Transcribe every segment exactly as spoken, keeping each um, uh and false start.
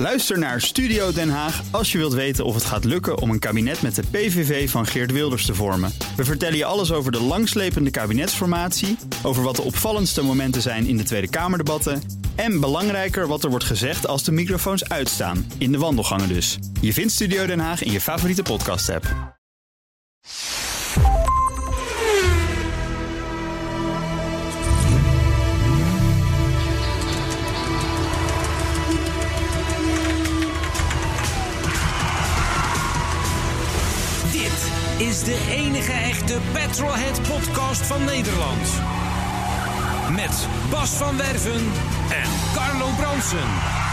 Luister naar Studio Den Haag als je wilt weten of het gaat lukken om een kabinet met de P V V van Geert Wilders te vormen. We vertellen je alles over de langslepende kabinetsformatie, over wat de opvallendste momenten zijn in de Tweede Kamerdebatten en belangrijker wat er wordt gezegd als de microfoons uitstaan, in de wandelgangen dus. Je vindt Studio Den Haag in je favoriete podcast-app. Is de enige echte Petrolhead-podcast van Nederland. Met Bas van Werven en Carlo Bronsen.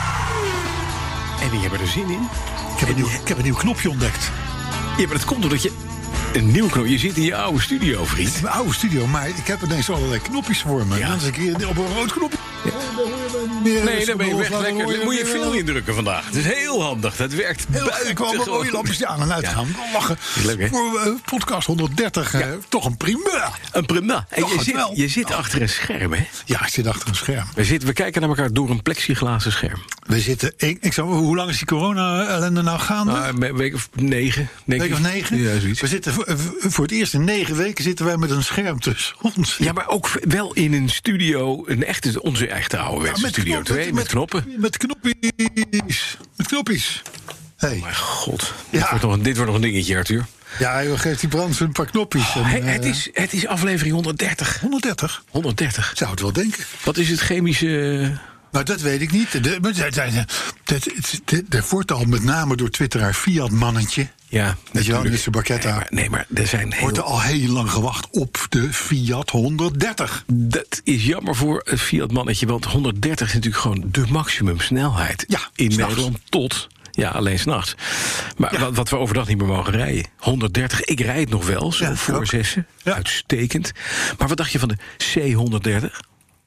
En die hebben er zin in. Ik heb een nieuw, ik heb een nieuw knopje ontdekt. Ja, maar dat komt doordat je een nieuw knopje... Je zit in je oude studio, vriend. Het is mijn oude studio, maar ik heb ineens allerlei knopjes voor me. Ja. En dan zit ik hier op een rood knopje. Ja. Oh, dan hoor je mij niet meer. Nee, dan ben je weg lekker. Dan moet je veel veel indrukken vandaag. Het is heel handig. Dat werkt Heel gek, kwam een mooie lampjes aan en uit gaan. Ja. Lachen. Leuk, hè? Voor uh, podcast honderddertig, ja. uh, toch een primeur. Een prima. En je zit, je zit oh. achter een scherm, hè? Ja, ik zit achter een scherm. We, zitten, we kijken naar elkaar door een plexiglazen scherm. We zitten, ik, ik zou, hoe lang is die corona-ellende nou gaande? Nou, een week of negen. Een week of negen? Ja, zoiets. We zitten voor, voor het eerst in negen weken zitten wij met een scherm tussen ons. Ja, maar ook wel in een studio, een echte, onze echte ouderwetse ja, studio twee, met, met knoppen. Met knoppies. Met knoppies. Hey. Oh mijn god. Ja. Dit, wordt nog een, dit wordt nog een dingetje, Arthur. Ja, joh, geeft die brand een paar knoppies. Oh, en, he, het, uh, is, het is aflevering honderddertig. honderddertig? honderddertig. Zou het wel denken. Wat is het chemische... Nou, dat weet ik niet. Er wordt al met name door twitteraar Fiat-mannetje... Ja, weet je wel, mister Barchetta. Nee, maar, nee, maar er zijn heel... wordt er al heel lang gewacht op de Fiat honderddertig. Dat is jammer voor het Fiat-mannetje, want honderddertig is natuurlijk gewoon de maximumsnelheid ja, in s'nachts. Nederland tot... Ja, alleen 's nachts. Maar ja. wat, wat we overdag niet meer mogen rijden. honderddertig, ik rijd het nog wel, zo ja, voor zessen. Ja. Uitstekend. Maar wat dacht je van de C honderddertig?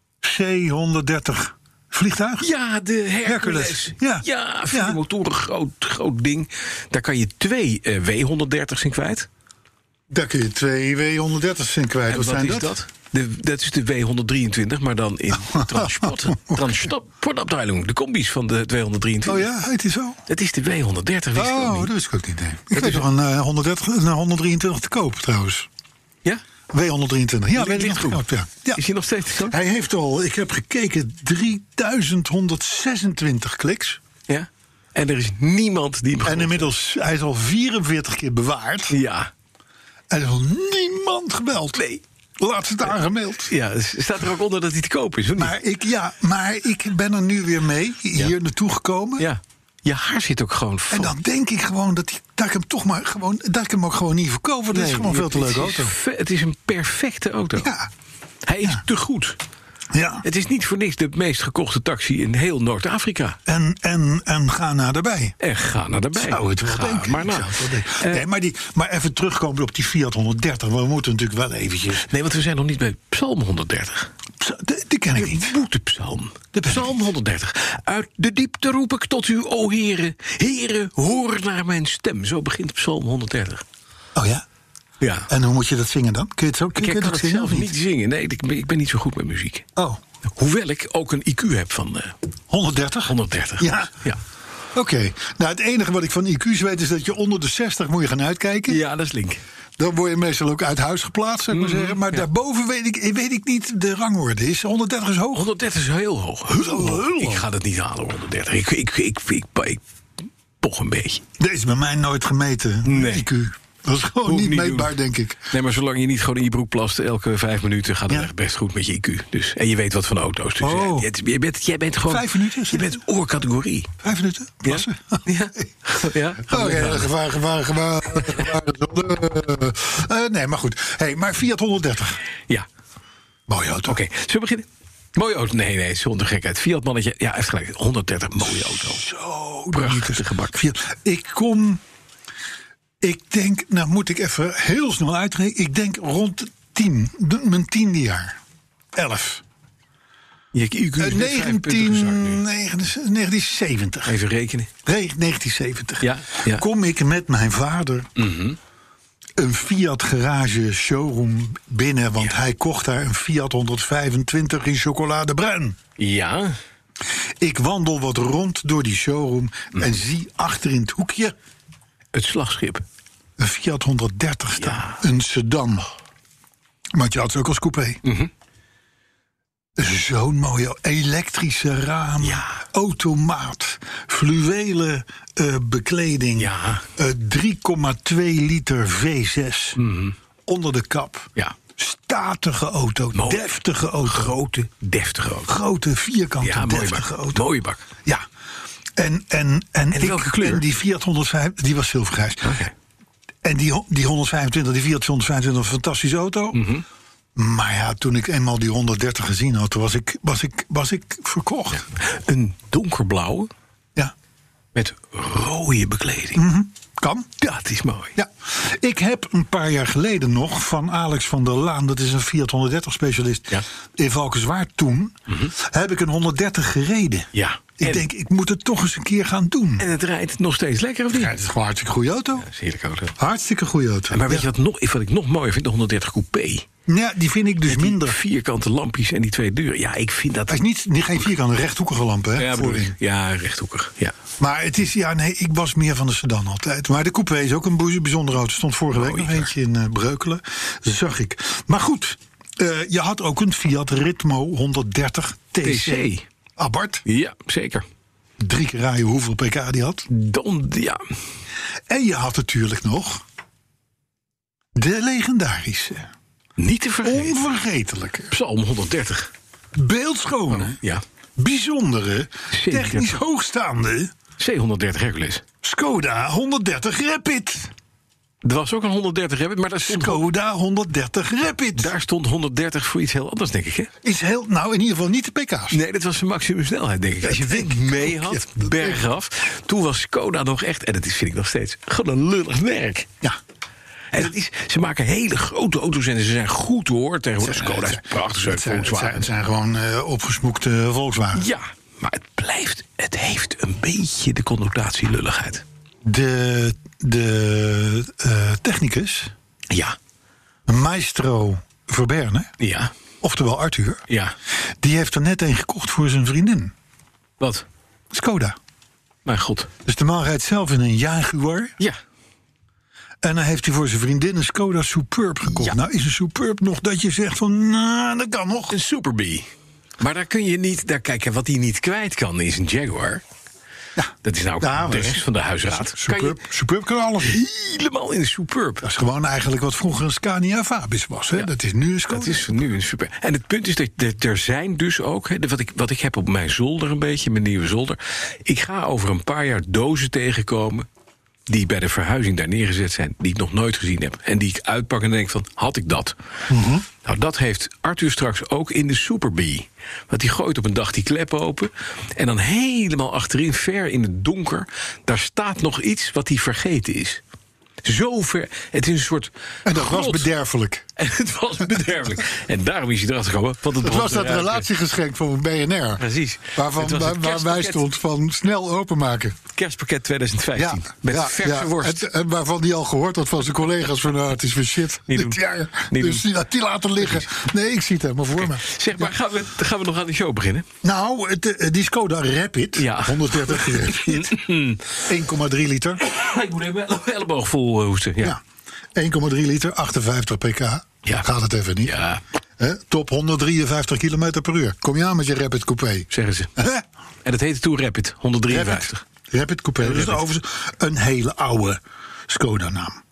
C honderddertig vliegtuig? Ja, de Hercules. Hercules. Ja, ja vier ja. motoren, groot, groot ding. Daar kan je twee uh, W honderddertig's in kwijt. Daar kun je twee W honderddertig's in kwijt. En wat, wat zijn is dat? dat? De, dat is de W honderdrieëntwintig, maar dan in transport, transportabteilung. De combi's van de tweehonderddrieëntwintig. Oh ja, heet die zo? Dat is de W honderddertig, wist ik ook Oh, niet. dat wist ik ook niet. Nee. Ik Dat weet is nog een, uh, honderddertig, een honderddrieëntwintig te koop trouwens. Ja? W honderddrieëntwintig. Ja, Ligt weet ik nog goed. goed. Ja. Ja. Is hij nog steeds zo? Hij heeft al, ik heb gekeken, drieduizend honderdzesentwintig kliks. Ja. En er is niemand die hem En gelooft. inmiddels, hij is al vierenveertig keer bewaard. Ja. En er is al niemand gebeld. Nee. Laatst het aangemeld. Ja, staat er ook onder dat hij te koop is, of niet? Maar ik, ja, maar ik ben er nu weer mee, hier Ja. naartoe gekomen. Ja. Je haar zit ook gewoon vol. En dan denk ik gewoon dat, die, dat ik hem toch maar gewoon, dat ik hem ook gewoon niet verkoop. Want dat is Nee, gewoon veel te het leuke is auto. ve- Het is een perfecte auto. Ja, Hij is Ja. te goed. ja. Het is niet voor niks de meest gekochte taxi in heel Noord-Afrika. En, en, en ga naar daarbij. En ga naar daarbij. Zou het wel ga denken. maar na. Zou het wel denken. Eh, nee, maar, die, maar even terugkomen op die Fiat honderddertig. We moeten natuurlijk wel eventjes... Nee, want we zijn nog niet bij Psalm honderddertig. Die, die ken ik niet. De boetepsalm. De ben ik Psalm honderddertig. Uit de diepte roep ik tot u, o heren. Heren, hoor naar mijn stem. Zo begint Psalm honderddertig. Oh ja? Ja. En hoe moet je dat zingen dan? Kun je het zo kun Ik je kan dat het zingen zelf of niet zingen. Nee, ik ben, ik ben niet zo goed met muziek. Oh, Hoewel ik ook een I Q heb van uh, honderddertig? honderddertig. Ja. Ja. Oké. Nou, het enige wat ik van I Q's weet is dat je onder de zestig moet je gaan uitkijken. Ja, dat is link. Dan word je meestal ook uit huis geplaatst, zou ik maar Mhm, zeggen. Maar ja. daarboven weet ik, weet ik niet de rangorde. Is honderddertig is hoog? honderddertig is heel hoog. Heel Heel hoog. hoog. Ik ga dat niet halen, honderddertig. Ik, ik, ik, ik, ik, ik poch een beetje. Deze is bij mij nooit gemeten. Nee. I Q. Dat is gewoon Hoef niet niet meetbaar, doen. denk ik. Nee, maar zolang je niet gewoon in je broek plast elke vijf minuten... gaat het Ja. echt best goed met je I Q. Dus, en je weet wat van auto's. Dus Oh. ja, je, je bent, jij bent gewoon... Vijf minuten, is Je het? bent oorcategorie. Vijf minuten? Ja? Plassen? Ja? Ja? Gaan we Oké, weghalen. gevaar, gevaar, gevaar. gevaar. Uh, nee, maar goed. Hey, maar Fiat honderddertig. Ja. Mooie auto. Oké, zullen we beginnen? Mooie auto. Nee, nee, zonder gekheid. Fiat mannetje. Ja, hij heeft gelijk. honderddertig, mooie auto. Zo, Prachtige gebak. Fiat. Ik kom... Ik denk, nou moet ik even heel snel uitrekenen. Ik denk rond tien. De, mijn tiende jaar. Elf. Je I Q is Uh, met vijf punten gezakt nu. negentien zeventig. Even rekenen. negentien zeventig. Ja, ja. Kom ik met mijn vader Mhm. een Fiat garage showroom binnen. Want hij kocht daar een Fiat honderdvijfentwintig in chocoladebruin. Ja. Ik wandel wat rond door die showroom Mm. en zie achter in het hoekje Het slagschip. een Fiat honderddertig staan. Ja. Een sedan. Want je had ze ook als coupé. Mhm. Zo'n mooie elektrische ramen, Ja. automaat, fluwelen eh, bekleding, Ja. eh, drie komma twee liter V zes onder de kap. Ja. Statige auto, Mooi. deftige auto. Grote, deftige auto. Grote, vierkante, Ja, mooie deftige bak. auto. Mooie bak. Ja. En, en, en, ik, welke kleur? en die Fiat honderdvijf, die was zilvergrijs. Oké. En die, ho- die honderdvijfentwintig, die Fiat honderdvijfentwintig, een fantastische auto. Mhm. Maar ja, toen ik eenmaal die honderddertig gezien had, was ik, was ik, was ik verkocht. Een donkerblauwe Ja. met rode bekleding. Kan. Dat is mooi. Ja. Ik heb een paar jaar geleden nog van Alex van der Laan, dat is een Fiat honderddertig specialist Ja. in Valkenswaard toen, heb ik een honderddertig gereden. Ja. Ik en, denk, ik moet het toch eens een keer gaan doen. en het rijdt nog steeds lekker, of niet? Ja, het is gewoon een hartstikke goede auto. Dat is een heerlijke auto. Hartstikke goede auto. Maar weet je Ja. wat, nog, wat ik nog mooier vind? De honderddertig coupé. Ja, die vind ik dus Met die minder. vierkante lampjes en die twee deuren. Ja, ik vind dat... Hij is niet, niet geen vierkante, rechthoekige lampen, hè? ja, bedoel voorin. ik. Ja, rechthoekig. Ja. Maar het is, ja, nee, ik was meer van de sedan altijd. Maar de coupé is ook een boe- bijzondere auto. Stond vorige week Mooi, nog ja. eentje in eh, Breukelen. Zag ik. Maar goed, eh, je had ook een Fiat Ritmo honderddertig T C. T C. Abart. Ja, zeker. Drie keer raaien hoeveel pk die had. Dan, ja. En je had natuurlijk nog de legendarische, Niet te vergeten. onvergetelijke, Psalm honderddertig. beeldschone, Ja. bijzondere, Zeker. technisch hoogstaande C honderddertig Hercules. Skoda honderddertig Rapid. Er was ook een honderddertig Rapid, maar daar stond, Skoda honderddertig Rapid. daar stond honderddertig voor iets heel anders, denk ik, hè? Is heel, nou in ieder geval niet de pk's. Nee, dat was zijn maximum snelheid, denk ik. Als je wind mee had, Ja, dat bergaf. Toen was Skoda nog echt, en dat is, vind ik nog steeds, gewoon een lullig merk. Ja. En het is, ze maken hele grote auto's en ze zijn goed te horen tegenwoordig. Het Skoda is zijn- prachtig, Het zijn, het zijn, Volkswagen. het zijn gewoon eh, opgesmoekte Volkswagen. Ja, maar het blijft, het heeft een beetje de connotatie lulligheid. De, de eh, technicus, Ja, Maestro Verberne, ja, oftewel Arthur, ja. die heeft er net een gekocht voor zijn vriendin. Wat? Skoda. Mijn god. Dus de man rijdt zelf in een Jaguar. Ja, En dan heeft hij voor zijn vriendin een Skoda Superb gekocht. Ja. Nou is een Superb nog dat je zegt van, nou, dat kan nog. een Super B. Maar daar kun je niet, daar kijken, wat hij niet kwijt kan is een Jaguar. Ja. Dat is nou ook Ja, de maar rest van de huisraad. Kan Superb, Superb kan alles. je helemaal in de Superb. Dat is gewoon eigenlijk wat vroeger een Scania Fabis was. Hè? Ja. Dat is nu een Skoda. Dat is nu een super. En het punt is dat dat er zijn dus ook, hè, wat, ik, wat ik heb op mijn zolder een beetje, mijn nieuwe zolder. Ik ga over een paar jaar dozen tegenkomen die bij de verhuizing daar neergezet zijn, die ik nog nooit gezien heb. En die ik uitpak en denk van, had ik dat? Mm-hmm. Nou, dat heeft Arthur straks ook in de Super B. Want die gooit op een dag die klep open. En dan helemaal achterin, ver in het donker, daar staat nog iets wat hij vergeten is. Zo ver. Het is een soort. En dat was grot. bederfelijk. En het was bederfelijk. En daarom is hij erachter gekomen. Want het Dat begon was te dat ruiken. relatiegeschenk van B N R. Precies. Waarvan, Het was waar, het waar wij kerstpakket- stond van snel openmaken. Kerstpakket twintig vijftien. met ja, verse ja. worst. En, en waarvan die al gehoord had van zijn collega's van nou, het is weer shit. Niet doen. Ja, ja. Niet dus die, die laten liggen. Nee, ik zie het helemaal voor me. Zeg maar, gaan, we, gaan we nog aan de show beginnen? Nou, het, eh, die Skoda Rapid, Ja. honderddertig Rapid, één komma drie liter. Ik moet even mijn elleboog vol eh, hoesten. Ja. Ja. één komma drie liter, achtenvijftig pk. Ja. Gaat het even niet. Ja, Hè? Top honderddrieënvijftig kilometer per uur. Kom je aan met je Rapid Coupé. zeggen ze. Hè? En dat heette toen Rapid, honderddrieënvijftig. Rapid, Rapid Coupé. Dat is overigens een hele oude Skoda-naam.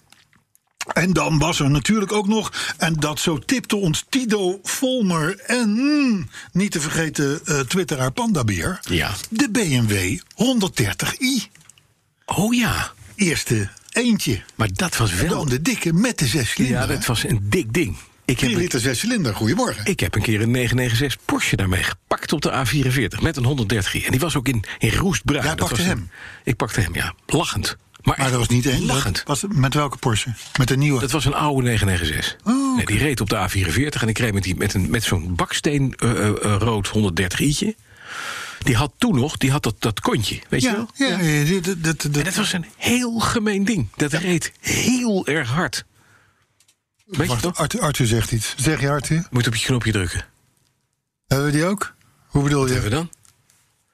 En dan was er natuurlijk ook nog, en dat zo tipte ons Tido Volmer en mm, niet te vergeten uh, twitteraar Pandabeer, Ja. de B M W honderddertig i. Oh ja, Eerste eentje. maar dat was En wel... dan de dikke met de zes Ja, cilinder. dat was een dik ding. Ik heb, drie een, liter zes cilinder, goedemorgen. ik heb een keer een negenhonderdnegenennegenenzestig Porsche daarmee gepakt op de A vierenveertig met een honderddertig i. En die was ook in, in roestbruin. Jij Dat pakte was hem? een- ik pakte hem, ja. Lachend. Maar, Maar echt dat was niet één. lachend. Dat was, met welke Porsche? Met de nieuwe? Dat was een oude negenhonderdnegenenzestig. Oh, Nee, die reed op de A vierenveertig en ik reed met, die, met, een, met zo'n baksteen uh, uh, rood honderddertig i'tje. Die had toen nog, die had dat, dat kontje, weet je ja, wel? ja, ja, ja, dat, dat, dat, En dat was een heel gemeen ding. Dat reed heel erg hard. Weet je Wacht, toch? Arthur, Arthur zegt iets. Zeg je Arthur? Moet op je knopje drukken. Hebben we die ook? Hoe bedoel Wat je? hebben we dan?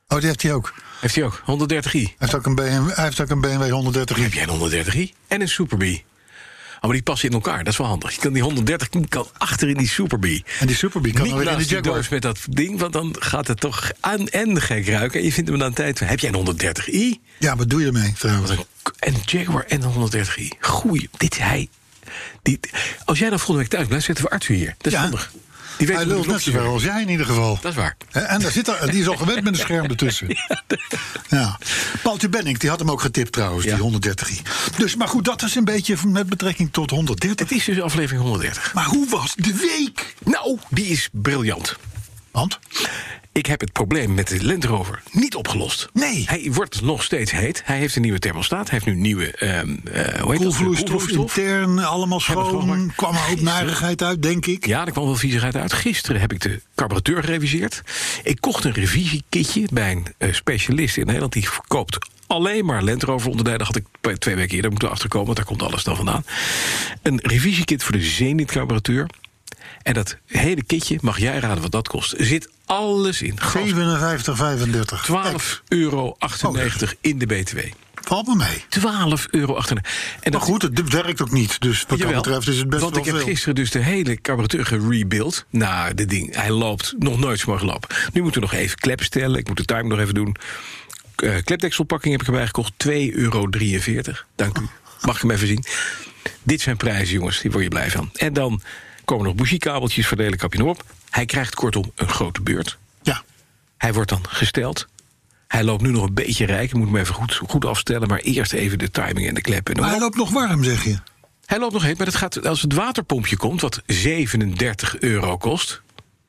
Oh, die heeft hij ook. Heeft hij ook, honderddertig i. Hij heeft ook een B M W, hij heeft ook een B M W honderddertig i. Heb jij een honderddertig i en een Super B? Oh, maar die passen in elkaar, dat is wel handig. Je kan die honderddertig kan achter in die Super B. En die Super B kan Niet dan weer in de naast die Jaguar. doos met dat ding, want dan gaat het toch aan en gek ruiken. En je vindt hem dan tijd. Heb jij een honderddertig i? Ja, wat doe je ermee trouwens? Wat een, en een Jaguar en een honderddertig i. Goeie, dit is hij. Die, als jij dan volgende week thuis blijft, zetten we Arthur hier. Dat is Ja. handig. Die weet Hij hoe de lult net knopjes zoveel werken. als jij in ieder geval. Dat is waar. Hè, En daar zit er, die is al gewend met een scherm ertussen. Ja. Paultje Benning, die had hem ook getipt trouwens, Ja. die honderddertig i. Dus, maar goed, dat is een beetje met betrekking tot honderddertig. Het is dus aflevering honderddertig. Maar hoe was de week? Nou, die is briljant. Want? Ik heb het probleem met de Land Rover niet opgelost. Nee. Hij wordt nog steeds heet. Hij heeft een nieuwe thermostaat. Hij heeft nu nieuwe, um, uh, hoe heet dat? Koelvloeistof, Koelvloeistof. intern, allemaal Hebben we schoon. schoongemaakt. Kwam er ook Gisteren. narigheid uit, denk ik. Ja, er kwam wel viezigheid uit. Gisteren heb ik de carburateur gereviseerd. Ik kocht een revisiekitje bij een uh, specialist in Nederland. Die verkoopt alleen maar Land Rover onderdelen. Had ik twee weken eerder moeten achterkomen, want daar komt alles dan vandaan. Een revisiekit voor de Zenith carburateur. En dat hele kitje, mag jij raden wat dat kost. Er zit alles in. Gas, zevenenvijftig vijfendertig. twaalf euro achtennegentig in de B T W. Valt me mee. twaalf euro achtennegentig. En Maar dat goed, het werkt ook niet. Dus wat dat Jawel, betreft is het best want wel ik heb veel. gisteren dus de hele carburateur gerebuild. Nou, dit ding, hij loopt nog nooit zo mooi gelopen. Nu moeten we nog even klep stellen. Ik moet de timing nog even doen. Uh, klepdekselpakking heb ik erbij gekocht. twee euro drieënveertig. Dank u. Mag ik hem even zien? Dit zijn prijzen, jongens. Die word je blij van. En dan komen nog bougiekabeltjes, verdelen kapje nog op. Hij krijgt kortom een grote beurt. Ja. Hij wordt dan gesteld. Hij loopt nu nog een beetje rijk. Ik moet hem even goed, goed afstellen. Maar eerst even de timing en de klep. En de Maar hij loopt nog warm, zeg je. Hij loopt nog heet, maar dat gaat, als het waterpompje komt, wat zevenendertig euro kost.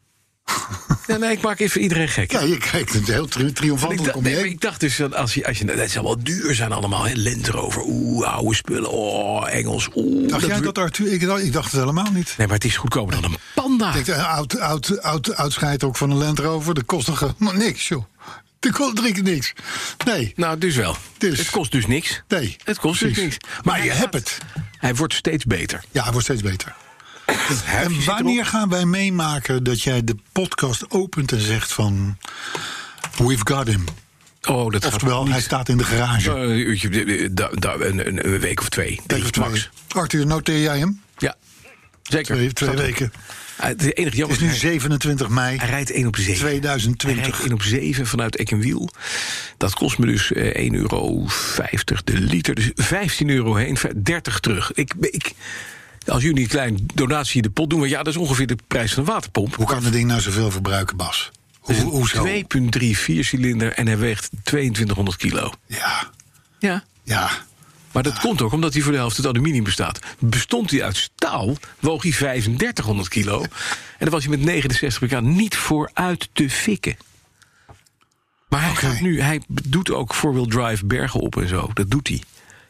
Ja, nee, ik maak even iedereen gek. Ja, je kijkt het heel tri Want ik, triomfantelijk dacht, om je nee, maar heen. ik dacht dus, dat als je, als je, dat zal wel duur zijn allemaal. Hè? Land Rover, oeh, oude spullen, oh, Engels, oeh. Dacht jij dat, Arthur? Ik, dacht- ik dacht het helemaal niet. Nee, maar het is goedkoper dan een Panda. Ik denk, oud, oud, oud, oud scheid ook van een Land Rover. Dat kost toch helemaal niks, joh. Dat kost drie keer niks. Nee, Nou, dus wel. Dus- Het kost dus niks. nee. Het kost dus Precies. niks. Maar je hij hebt gaat- het. Hij wordt steeds beter. Ja, het wordt steeds beter. Het huisje En zit wanneer erop. gaan wij meemaken dat jij de podcast opent en zegt van... We've got him. Oh, dat gaat Oftewel, niet. hij staat in de garage. Uh, een uurtje, uh, da- da- een, een, een week of twee. Week Drie of twee. max. Arthur, noteer jij hem? Ja, zeker. Twee, twee Staat erop. weken. Uh, het enige Het jammer is nu hij- zevenentwintig mei Hij rijdt één op zeven. tweeduizend Hij rijdt twintig. één op zeven vanuit Eck en Wiel. Dat kost me dus eh, één euro vijftig de liter. Dus vijftien euro heen, dertig terug. Ik, ik, als jullie een klein donatie in de pot doen... want ja, dat is ongeveer de prijs van een waterpomp. Hoe kan het ding nou zoveel verbruiken, Bas? Hoe, Het is een hoezo? twee komma drie viercilinder en hij weegt tweeëntwintighonderd kilo. Ja, Ja. ja. Maar dat komt ook omdat hij voor de helft uit aluminium bestaat. Bestond hij uit staal, woog hij vijfendertighonderd kilo. En dan was hij met negenenzestig pk niet vooruit te fikken. Maar hij, Oké. gaat nu, hij doet ook four-wheel drive bergen op en zo. Dat doet hij.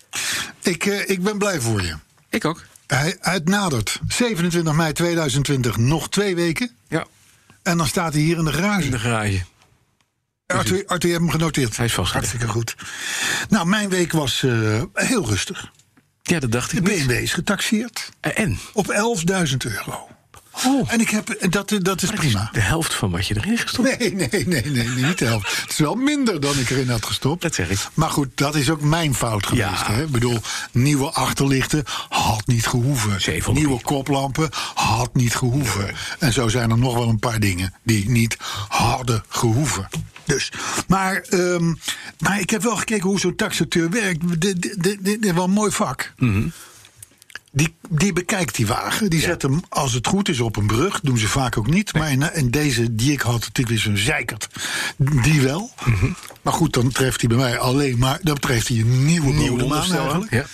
Ik, eh, ik ben blij voor je. Ik ook. Hij, het nadert. zevenentwintig mei tweeduizend twintig, nog twee weken. Ja, En dan staat hij hier in de garage. in de garage. Arthur, Arthur, je hebt hem genoteerd. Hij is vastgelegd. Hartstikke goed. Nou, mijn week was eh, heel rustig. Ja, dat dacht De ik B niet. M W is getaxeerd En? op elfduizend euro. Oh, En ik heb, dat, dat is dat is prima. de helft van wat je erin gestopt. Nee, nee, nee, nee, niet de helft. Het is wel minder dan ik erin had gestopt. Dat zeg ik. Maar goed, dat is ook mijn fout geweest. Ja. Hè? Ik bedoel, nieuwe achterlichten had niet gehoeven. zevenhonderd Nieuwe koplampen had niet gehoeven. En zo zijn er nog wel een paar dingen die niet hadden gehoeven. Dus, maar, ehm, maar ik heb wel gekeken hoe zo'n taxateur werkt. Dit dit- dit- dit is wel een mooi vak. Mhm. Die, die bekijkt die wagen. Die zet hem, als het goed is, op een brug. Doen ze vaak ook niet. Maar in, in deze die ik had, het is een zeikert. Die wel. Mhm. Maar goed, dan treft hij bij mij alleen maar... dan treft hij een nieuwe bodem aan eigenlijk. Ja.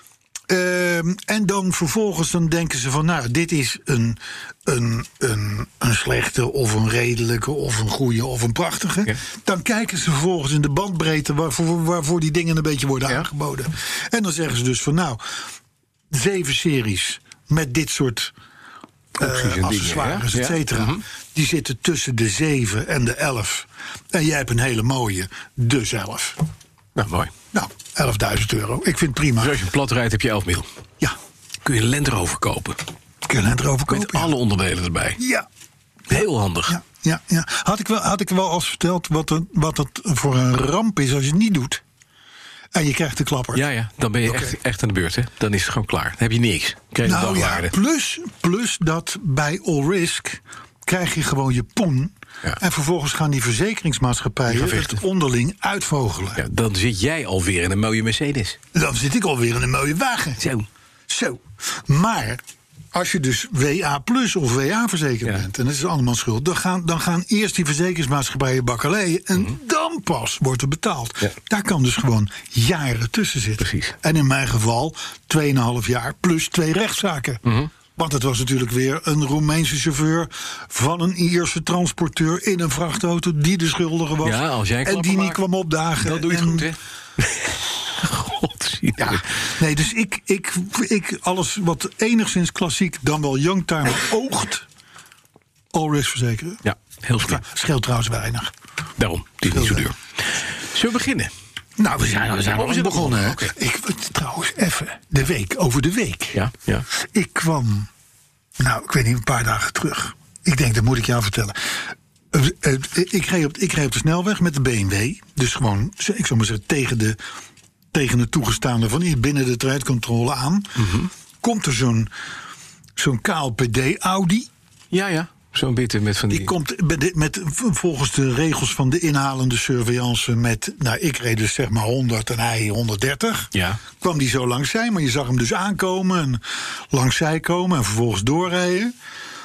Ehm, en dan vervolgens dan denken ze van... nou, dit is een, een, een, een slechte of een redelijke... of een goede of een prachtige. Ja. Dan kijken ze vervolgens in de bandbreedte... waarvoor, waarvoor die dingen een beetje worden Ja. aangeboden. En dan zeggen ze dus van nou... zeven series met dit soort uh, Opties en dingen, accessoires, ja. et cetera. Mhm. Die zitten tussen de zeven en de elf. En jij hebt een hele mooie, de zelf. Nou, mooi. Nou, elfduizend euro. Ik vind het prima. Dus als je plat rijdt, heb je elf mil. Ja, Kun je een Land Rover kopen. kun je het erover Met kopen. alle onderdelen erbij. Ja, Heel handig. ja, ja, ja. Had ik wel, had ik wel als verteld wat het, wat het voor een ramp is als je het niet doet. En je krijgt de klapper. Ja, ja, dan ben je Okay. echt, echt aan de beurt, hè? Dan is het gewoon klaar. Dan heb je niks. Krijg je Nou ja, dagwaarde. plus, plus dat bij all risk krijg je gewoon je poen. Ja. En vervolgens gaan die verzekeringsmaatschappijen Die gaan vechten. het onderling uitvogelen. Ja, dan zit jij alweer in een mooie Mercedes. Dan zit ik alweer in een mooie wagen. Zo. Zo. Maar als je dus W A plus of W A verzekerd Ja. bent, en dat is allemaal schuld, dan gaan, dan gaan eerst die verzekeringsmaatschappijen bakkeleien en Mhm. dan pas wordt er betaald. Ja. Daar kan dus gewoon jaren tussen zitten. Precies. En in mijn geval tweeënhalf jaar plus twee rechtszaken. Mhm. Want het was natuurlijk weer een Roemeense chauffeur van een Ierse transporteur in een vrachtauto die de schuldige was. Ja, als jij en klappen die niet maakt, kwam opdagen. Dan doe je het En- goed, hè? God, zie je. Ja, nee, dus ik, ik, ik, alles wat enigszins klassiek dan wel youngtimer oogt, all risk verzekeren. Ja, heel slim. Scheelt trouwens weinig. Daarom, het is niet zo duur. Zullen we beginnen? Nou, we zijn, we zijn al we zijn begonnen. Hè? Oké. Ik, trouwens, even, de week, over de week. Ja, ja. Ik kwam, nou, ik weet niet, een paar dagen terug. Ik denk, dat moet ik jou vertellen. Uh, uh, ik, reed op, ik reed op de snelweg met de B M W. Dus gewoon, ik zou maar zeggen, tegen de, tegen het toegestaande van hier binnen de trajectcontrole aan. Mhm. Komt er zo'n zo'n K L P D Audi. Ja, ja. Zo'n bitte met van die... Die komt met, de- met volgens de regels van de inhalende surveillance met, nou, ik reed dus zeg maar honderd en hij honderddertig. Ja. Kwam die zo langs zij, maar je zag hem dus aankomen en langs zij komen en vervolgens doorrijden.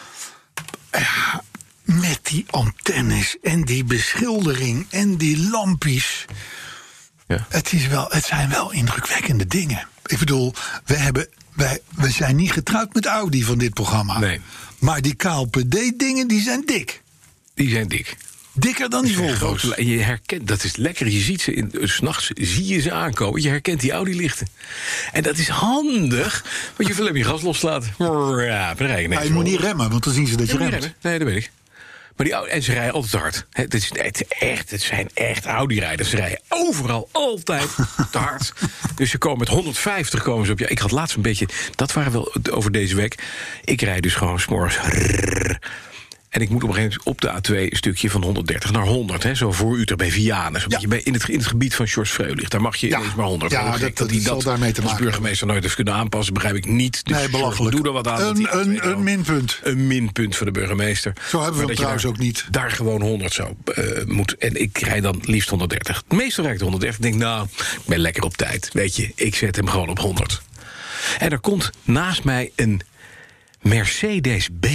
Ja, met die antennes en die beschildering en die lampjes. Ja. Het, is wel, het zijn wel indrukwekkende dingen. Ik bedoel, we, hebben, wij, we zijn niet getrouwd met Audi van dit programma. Nee. Maar die K L P D-dingen, die zijn dik. Die zijn dik. Dikker dan die Grote Volvo's. li- En je herkent, dat is lekker. Je ziet ze, in, 's nachts zie je ze aankomen. Je herkent die Audi-lichten. En dat is handig, want je wil hem je gas loslaten. Ja, dan rij je Maar ineens je moet vol. niet remmen, want dan zien ze dat je Je moet niet remt. remmen. Nee, dat weet ik. Maar die Audi, en ze rijden altijd te hard. Hè, het, is, het, is echt, het zijn echt Audi-rijders. Ze rijden overal altijd te hard. Dus ze komen met honderdvijftig komen ze op. Ja, ik had laatst een beetje... Dat waren wel over deze week. Ik rijd dus gewoon 's morgens. En ik moet op een gegeven moment op de A twee een stukje van honderddertig naar honderd. Hè, zo voor Utrecht bij Vianen. Zo'n Ja. beetje bij, in, het, in het gebied van George Freulich. Daar mag je Ja. ineens maar honderd. Ja, Wel dat- gek dat hij zal daarmee te als maken burgemeester nooit heeft kunnen aanpassen, begrijp ik niet. Dus Nee, belachelijk. Doe er wat aan. dat die A Een, twee een, een nou- minpunt. een minpunt voor de burgemeester. Zo hebben we Maar hem dat je trouwens daar, ook niet. Daar gewoon honderd zo uh, moet. En ik rijd dan liefst honderddertig. Meestal rijd ik honderddertig. Ik denk, nou, ik ben lekker op tijd. Weet je, ik zet hem gewoon op honderd. En er komt naast mij een Mercedes B...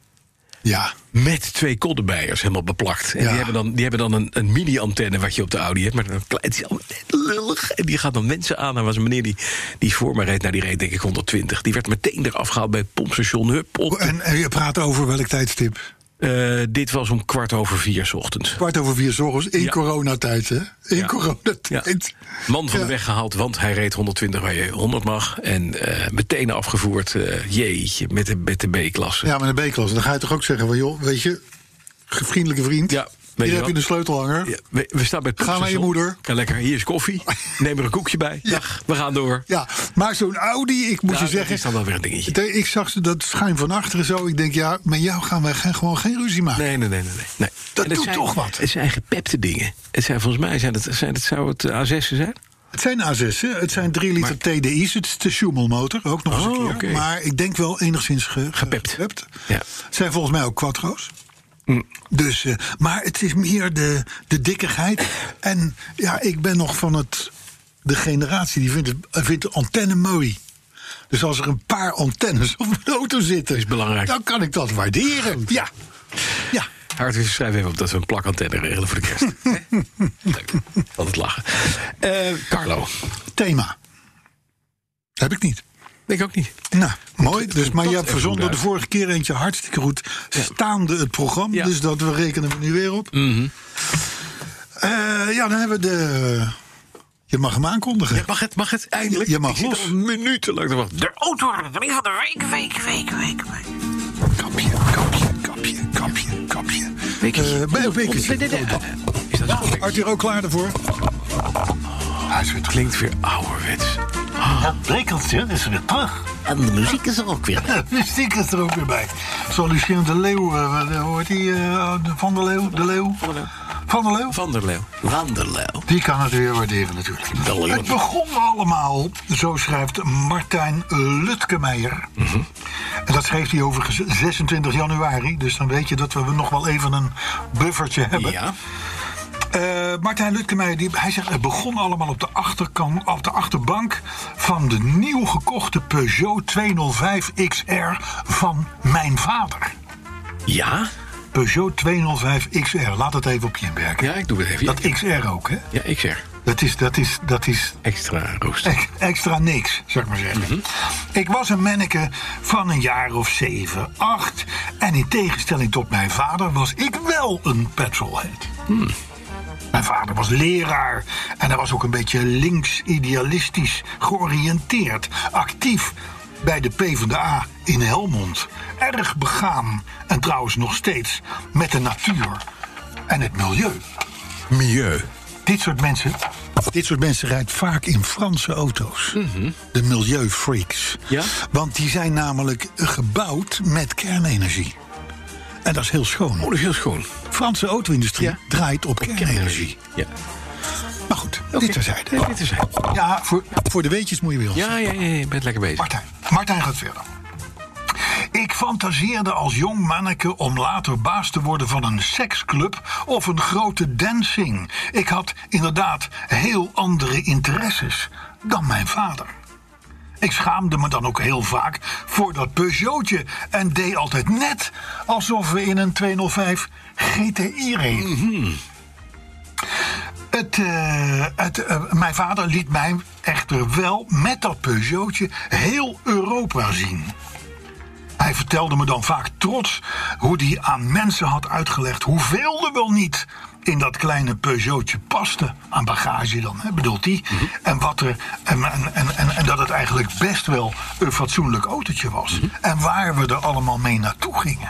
Ja. met twee koddebeiers helemaal beplakt. En Ja. die hebben dan, die hebben dan een, een mini-antenne wat je op de Audi hebt. Maar dan, het is allemaal net lullig. En die gaat dan mensen aan. Er was een meneer die, die voor me reed. Nou, die reed denk ik honderdtwintig. Die werd meteen eraf gehaald bij het pompstation. Hup, op. En, en je praat over welk tijdstip? Uh, dit was om kwart over vier 's ochtends. Kwart over vier 's ochtends in Ja. coronatijd, hè? In Ja. coronatijd. Ja. Man van Ja. de weg gehaald, want hij reed honderdtwintig waar je honderd mag. En uh, meteen afgevoerd, uh, jeetje, met de, met de B-klasse. Ja, maar de B-klasse, dan ga je toch ook zeggen van, joh, weet je, vriendelijke vriend, Ja, weet hier je heb wat? je een sleutelhanger. Ja, we, we staan bij het Ga naar je pompstation. moeder. Ga lekker, hier is koffie. Neem er een koekje bij. Ja. Dag, we gaan door. Ja, maar zo'n Audi, ik moet Nou, je zeggen, dat is dan wel weer een dingetje. de- ik zag ze dat schuin van achteren zo. Ik denk, ja, met jou gaan wij geen- gewoon geen ruzie maken. Nee, nee, nee, nee. nee. nee. Dat En het doet zijn, toch wat. Het zijn gepepte dingen. Het zijn volgens mij, zijn het, zijn het, zou het A zes'en zijn? Het zijn A zes'en, het zijn drie liter Maar- T D I's. Het is de Schumel-motor, ook nog eens Oh, een keer. oké. Maar ik denk wel enigszins ge, ge- Gepept. gepept. Ja. Het zijn volgens mij ook quattro's. Mm. Dus, eh, maar het is meer de, de dikkigheid. En ja, ik ben nog van het, de generatie die vindt, het, vindt de antenne mooi. Dus als er een paar antennes op een auto zitten, Is belangrijk. dan kan ik dat waarderen. Ja, ja. Hartwig, schrijf even op dat we een plakantenne regelen voor de kerst. Hè? Leuk. Altijd lachen. Uh, Carlo. Thema. Heb ik niet. Ik ook niet. Nou, mooi. Dus, maar dat je hebt even verzonden goed de uit. vorige keer eentje hartstikke goed. Staande het programma. Ja. Dus dat we rekenen we nu weer op. Mm-hmm. Eh, ja, dan hebben we de... Je mag hem aankondigen. Ja, mag het, mag het, eindelijk? Je mag ik zit los. al minutenlang te wachten. De Autoherinnering van de week, week, week, week, week. Kapje, kapje, kapje, kapje, kapje. Weeketje. Eh, bij een weeketje. Nee, nee, nee. Is dat zo? Arthur ook klaar daarvoor? Hij is weer terug. Klinkt weer ouderwets. Het brekeltje is weer terug. En de muziek is er ook weer bij. De muziek is er ook weer bij. Zal Lucien de Leeuw, uh, hoort die uh, Van der Leeuw? De Leeuw? Van der Leeuw. Van der Leeuw? Van der Leeuw. Van der Leeuw. Die kan het weer waarderen natuurlijk. Het begon allemaal, zo schrijft Martijn Lutkemeyer. Mm-hmm. En dat schreef hij overigens zesentwintig januari. Dus dan weet je dat we nog wel even een buffertje hebben. Ja. Uh, Martijn Lutkemeyer, die, hij zegt, het begon allemaal op de, achterkant, op de achterbank van de nieuw gekochte Peugeot tweehonderdvijf X R van mijn vader. Ja? Peugeot tweehonderdvijf X R, laat het even op je inwerken. Ja, ik doe het even. Dat X R ook, hè? Ja, X R. Dat is, dat is, dat is extra rooster. Ex, extra niks, zou ik maar zeggen. Mm-hmm. Ik was een manneke van een jaar of zeven, acht. En in tegenstelling tot mijn vader was ik wel een petrolhead. Hmm. Mijn vader was leraar en hij was ook een beetje links-idealistisch georiënteerd. Actief bij de PvdA in Helmond. Erg begaan en trouwens nog steeds met de natuur en het milieu. Milieu. Dit soort mensen, dit soort mensen rijdt vaak in Franse auto's. Mm-hmm. De milieufreaks. Ja? Want die zijn namelijk gebouwd met kernenergie. En dat is heel schoon. Oh, dat is heel schoon. Franse auto-industrie ja. draait op, op kernenergie. Ja. Maar goed, okay. dit terzijde. Nee, dit terzijde. Ja, voor, voor de weetjes moet je weer ons. Ja, ja, ja, je bent lekker bezig. Martijn, Martijn gaat verder. Ik fantaseerde als jong manneke om later baas te worden van een seksclub of een grote dancing. Ik had inderdaad heel andere interesses dan mijn vader. Ik schaamde me dan ook heel vaak voor dat Peugeotje en deed altijd net alsof we in een tweehonderdvijf G T I reden. Mm-hmm. Het, uh, het, uh, mijn vader liet mij echter wel met dat Peugeotje heel Europa zien. Hij vertelde me dan vaak trots hoe hij aan mensen had uitgelegd hoeveel er wel niet in dat kleine Peugeotje paste aan bagage dan, hè, bedoelt hij. Mm-hmm. En, wat er, en, en, en, en dat het eigenlijk best wel een fatsoenlijk autootje was. Mm-hmm. En waar we er allemaal mee naartoe gingen.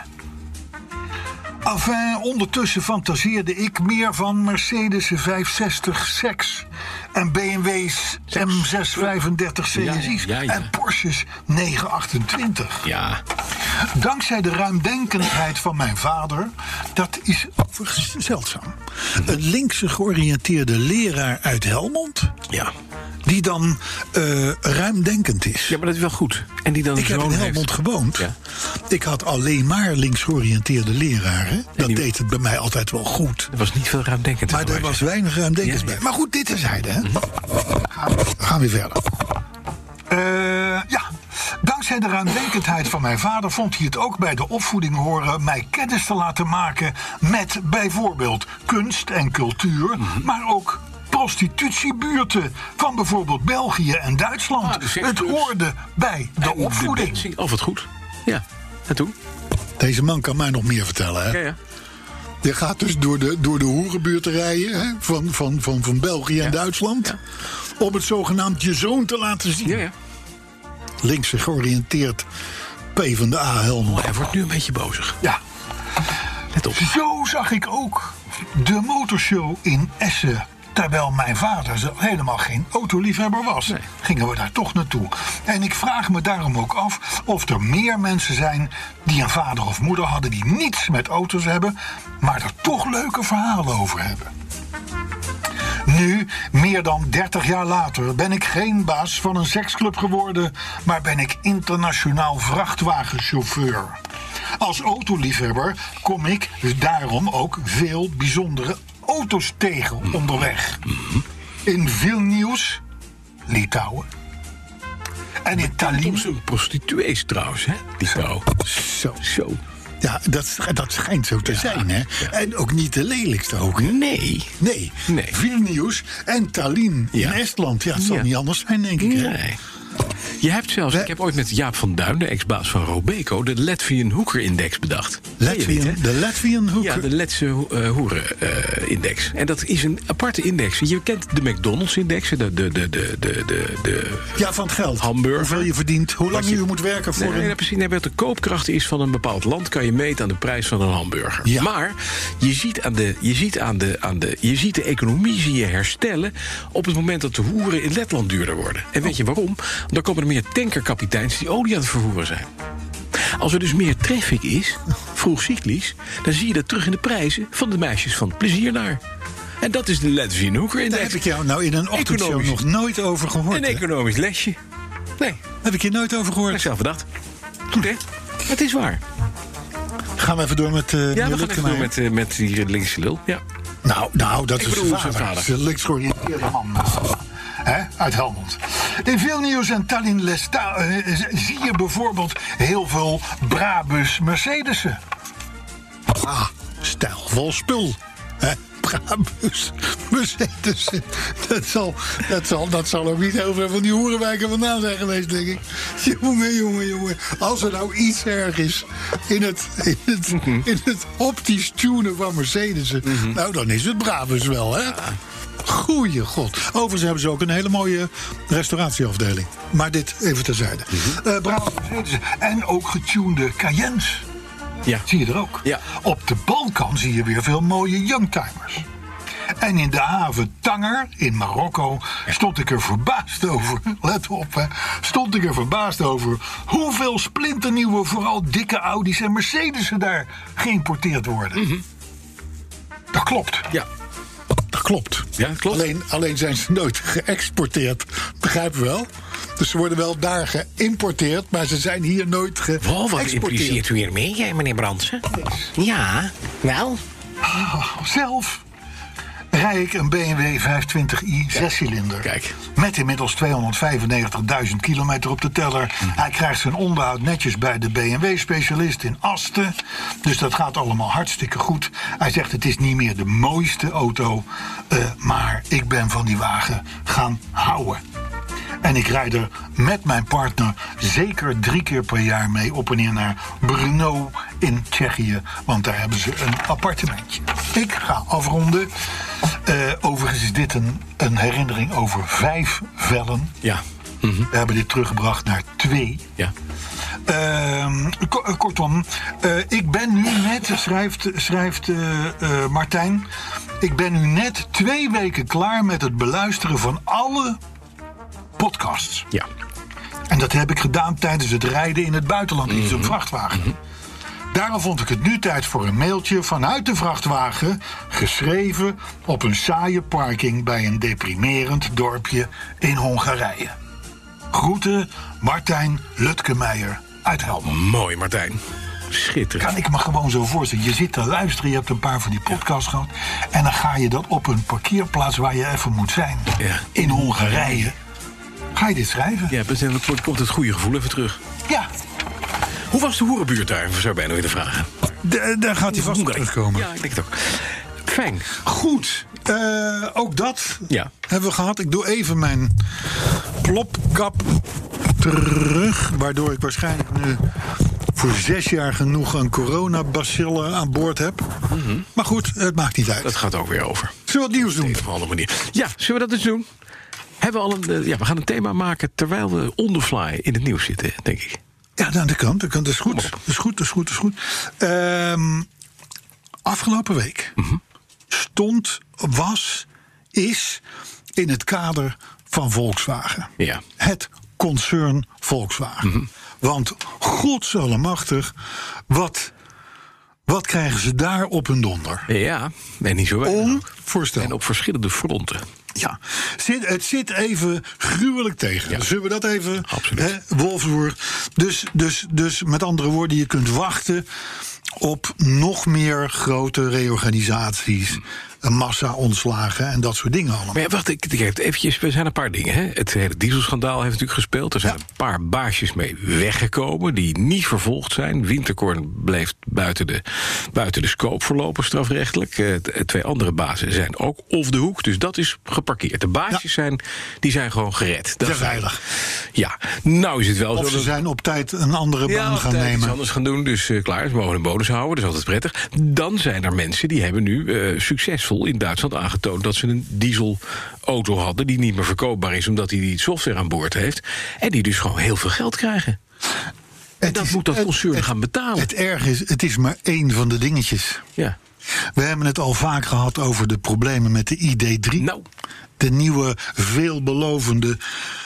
Enfin, ondertussen fantaseerde ik meer van Mercedes vijfhonderdzestig Sex en B M W's M zeshonderdvijfendertig C S I's ja, ja, ja. en Porsches negenhonderdachtentwintig. Ja. Dankzij de ruimdenkendheid van mijn vader, dat is overigens zeldzaam. Een linkse georiënteerde leraar uit Helmond. Ja. Die dan uh, ruimdenkend is. Ja, maar dat is wel goed. En die dan ik heb in Helmond heeft. gewoond. Ja. Ik had alleen maar links georiënteerde leraren. Dat die... deed het bij mij altijd wel goed. Er was niet veel ruimdenkend. Maar er was weinig ruimdenkend ja, ja. bij. Maar goed, dit terzijde. Hè? Mm-hmm. Gaan we gaan weer verder. Uh, ja, dankzij de ruimdenkendheid van mijn vader vond hij het ook bij de opvoeding horen mij kennis te laten maken met bijvoorbeeld kunst en cultuur, mm-hmm. maar ook prostitutiebuurten van bijvoorbeeld België en Duitsland. Ah, het hoorde bij de en opvoeding. De of het goed. Ja, en toen? Deze man kan mij nog meer vertellen, hè? Ja, ja. Je gaat dus door de, door de hoerenbuurten rijden, hè? Van, van, van, van België en ja. Duitsland. Ja. Om het zogenaamd je zoon te laten zien. Ja, ja. Linkse georiënteerd PvdA Helmond. Oh, hij wordt nu een beetje bozig. Ja. Let op. Zo zag ik ook de motorshow in Essen. Terwijl mijn vader helemaal geen autoliefhebber was. Nee. Gingen we daar toch naartoe. En ik vraag me daarom ook af of er meer mensen zijn die een vader of moeder hadden die niets met auto's hebben, maar er toch leuke verhalen over hebben. Nu, meer dan dertig jaar later, ben ik geen baas van een seksclub geworden, maar ben ik internationaal vrachtwagenchauffeur. Als autoliefhebber kom ik dus daarom ook veel bijzondere auto's tegen onderweg. In Vilnius, Litouwen. En in Tallinn. Een prostituees trouwens, hè? Litouwen. Zo. Zo. Ja, dat, dat schijnt zo te ja, zijn, hè? Ja. En ook niet de lelijkste ook. Nee. Nee. nee. Vilnius en Tallinn ja. in Estland. Ja, het zal ja. niet anders zijn, denk ik. Nee. Hè? Je hebt zelfs, ik heb ooit met Jaap van Duin, de ex-baas van Robeco, de Latvian Hooker Index bedacht. Latvian, niet, de Latvian Hooker? Ja, de Letse uh, Hoeren Index. En dat is een aparte index. Je kent de McDonald's Index, de, de, de, de, de, de ja, van het geld. Hamburger. Hoeveel je verdient, hoe lang je, je moet werken voor nee, een... Nee, precies. Nee, wat de koopkracht is van een bepaald land, kan je meten aan de prijs van een hamburger. Ja. Maar je ziet, aan de, je, ziet aan de, aan de, je ziet de economie zie je herstellen op het moment dat de hoeren in Letland duurder worden. En weet je waarom? Dan komen er meer tankerkapiteins die olie aan het vervoeren zijn. Als er dus meer traffic is, vroeg cyclisch, dan zie je dat terug in de prijzen van de meisjes van Plezier naar. En dat is de Ledvin Hooker index. Daar heb ik jou nou in een ochtendshow nog nooit over gehoord. Een hè? economisch lesje. Nee, Heb ik je nooit over gehoord? heb ik zelf bedacht. Goed, hè? Het is waar. Gaan we even door met uh, Ja, we gaan even door met, uh, met die linkse lul. Ja. Nou, nou, dat Ik is bedoel zijn zijn vader. vader. Ze links georiënteerde man. Hè, uit Helmond. In Vilnius en Tallinn Lesta, uh, zie je bijvoorbeeld heel veel Brabus Mercedes'en. Ah, stijlvol spul. Hè? Brabus Mercedes'en. Dat zal, dat, zal, dat zal ook niet heel veel van die hoerenwijken vandaan zijn geweest, denk ik. Jongen, jongen, jongen. Als er nou iets erg is in het, in het, in het optisch tunen van Mercedes'en, mm-hmm. nou, dan is het Brabus wel, hè? Goeie god. Overigens hebben ze ook een hele mooie restauratieafdeling. Maar dit even terzijde. Mm-hmm. Uh, Brabus Mercedes'en en ook getunede Cayennes. Ja. Zie je er ook. Ja. Op de Balkan zie je weer veel mooie youngtimers. En in de haven Tanger in Marokko stond ik er verbaasd over. Let op, hè. Stond ik er verbaasd over hoeveel splinternieuwe, vooral dikke Audi's en Mercedes'en daar geïmporteerd worden. Mm-hmm. Dat klopt. Ja. Dat klopt. Ja, klopt. Alleen, alleen zijn ze nooit geëxporteerd. Begrijp je wel? Dus ze worden wel daar geïmporteerd, maar ze zijn hier nooit geëxporteerd. Wow, wat impliceert u hiermee, meneer Brandsen? Ja, wel. Ah, zelf rij ik een B M W vijfhonderdtwintig i zescilinder. Kijk. Met inmiddels tweehonderdvijfennegentigduizend kilometer op de teller. Hm. Hij krijgt zijn onderhoud netjes bij de B M W-specialist in Asten. Dus dat gaat allemaal hartstikke goed. Hij zegt het is niet meer de mooiste auto. Uh, maar ik ben van die wagen gaan houden. En ik rijd er met mijn partner zeker drie keer per jaar mee op en neer naar Brno in Tsjechië. Want daar hebben ze een appartementje. Ik ga afronden. Uh, overigens is dit een, een herinnering over vijf vellen. Ja. Mm-hmm. We hebben dit teruggebracht naar twee. Ja. Uh, k- kortom, uh, ik ben nu net, schrijft, schrijft uh, uh, Martijn... ik ben nu net twee weken klaar met het beluisteren van alle podcasts. Ja. En dat heb ik gedaan tijdens het rijden in het buitenland in zo'n vrachtwagen. Mm-hmm. Daarom vond ik het nu tijd voor een mailtje vanuit de vrachtwagen, geschreven op een saaie parking bij een deprimerend dorpje in Hongarije. Groeten, Martijn Lutkemeyer uit Helmond. Mooi, Martijn. Schitterend. Kan ik me gewoon zo voorstellen. Je zit te luisteren, je hebt een paar van die podcasts gehad. En dan ga je dat op een parkeerplaats waar je even moet zijn. Ja. In Hongarije. Ga je dit schrijven? Ja, dan komt het goede gevoel even terug. Ja. Hoe was de hoerenbuurt daar, zou ik bijna willen vragen? De, daar gaat hij vast op terugkomen. Ja, ik denk het ook. Fijn. Goed. Uh, ook dat ja. hebben we gehad. Ik doe even mijn plopkap terug. Waardoor ik waarschijnlijk nu voor zes jaar genoeg een coronabacillen aan boord heb. Mm-hmm. Maar goed, het maakt niet uit. Dat gaat ook weer over. Zullen we wat nieuws doen? Op een andere manier. Ja, zullen we dat eens doen? Hebben we, al een, ja, we gaan een thema maken terwijl we on the fly in het nieuws zitten, denk ik. Ja, aan de kant. Dat is goed. Dat is goed, dat is goed, dat is goed. Um, afgelopen week mm-hmm. stond, was, is in het kader van Volkswagen. Ja. Het concern Volkswagen. Mm-hmm. Want godsallemachtig, wat, wat krijgen ze daar op hun donder? Ja, en niet zo weinig. Onvoorstelbaar. En op verschillende fronten. Ja, zit, het zit even gruwelijk tegen. Ja. Zullen we dat even? Absoluut. Hè, Wolfsburg. Dus, dus, dus met andere woorden, je kunt wachten op nog meer grote reorganisaties. Hmm. Massa-ontslagen en dat soort dingen allemaal. Maar ja, wacht, ik, ik heb eventjes, er zijn een paar dingen. Hè? Het hele dieselschandaal heeft natuurlijk gespeeld. Er zijn ja. een paar baasjes mee weggekomen die niet vervolgd zijn. Winterkorn bleef buiten de, buiten de scope voorlopig strafrechtelijk. Uh, twee andere bazen zijn ook off de hoek, dus dat is geparkeerd. De baasjes ja. zijn, die zijn gewoon gered. Dat is veilig. Ja, nou is het wel of zo. Of ze dat... zijn op tijd een andere ja, baan gaan nemen. iets anders gaan doen, dus uh, klaar, ze mogen een bonus houden, dat is altijd prettig. Dan zijn er mensen die hebben nu uh, succesvol in Duitsland aangetoond dat ze een dieselauto hadden die niet meer verkoopbaar is omdat hij die software aan boord heeft en die dus gewoon heel veel geld krijgen. En dat is, moet dat concern gaan betalen. Het erg is, het is maar één van de dingetjes. Ja. We hebben het al vaak gehad over de problemen met de I D drie. Nou. De nieuwe, veelbelovende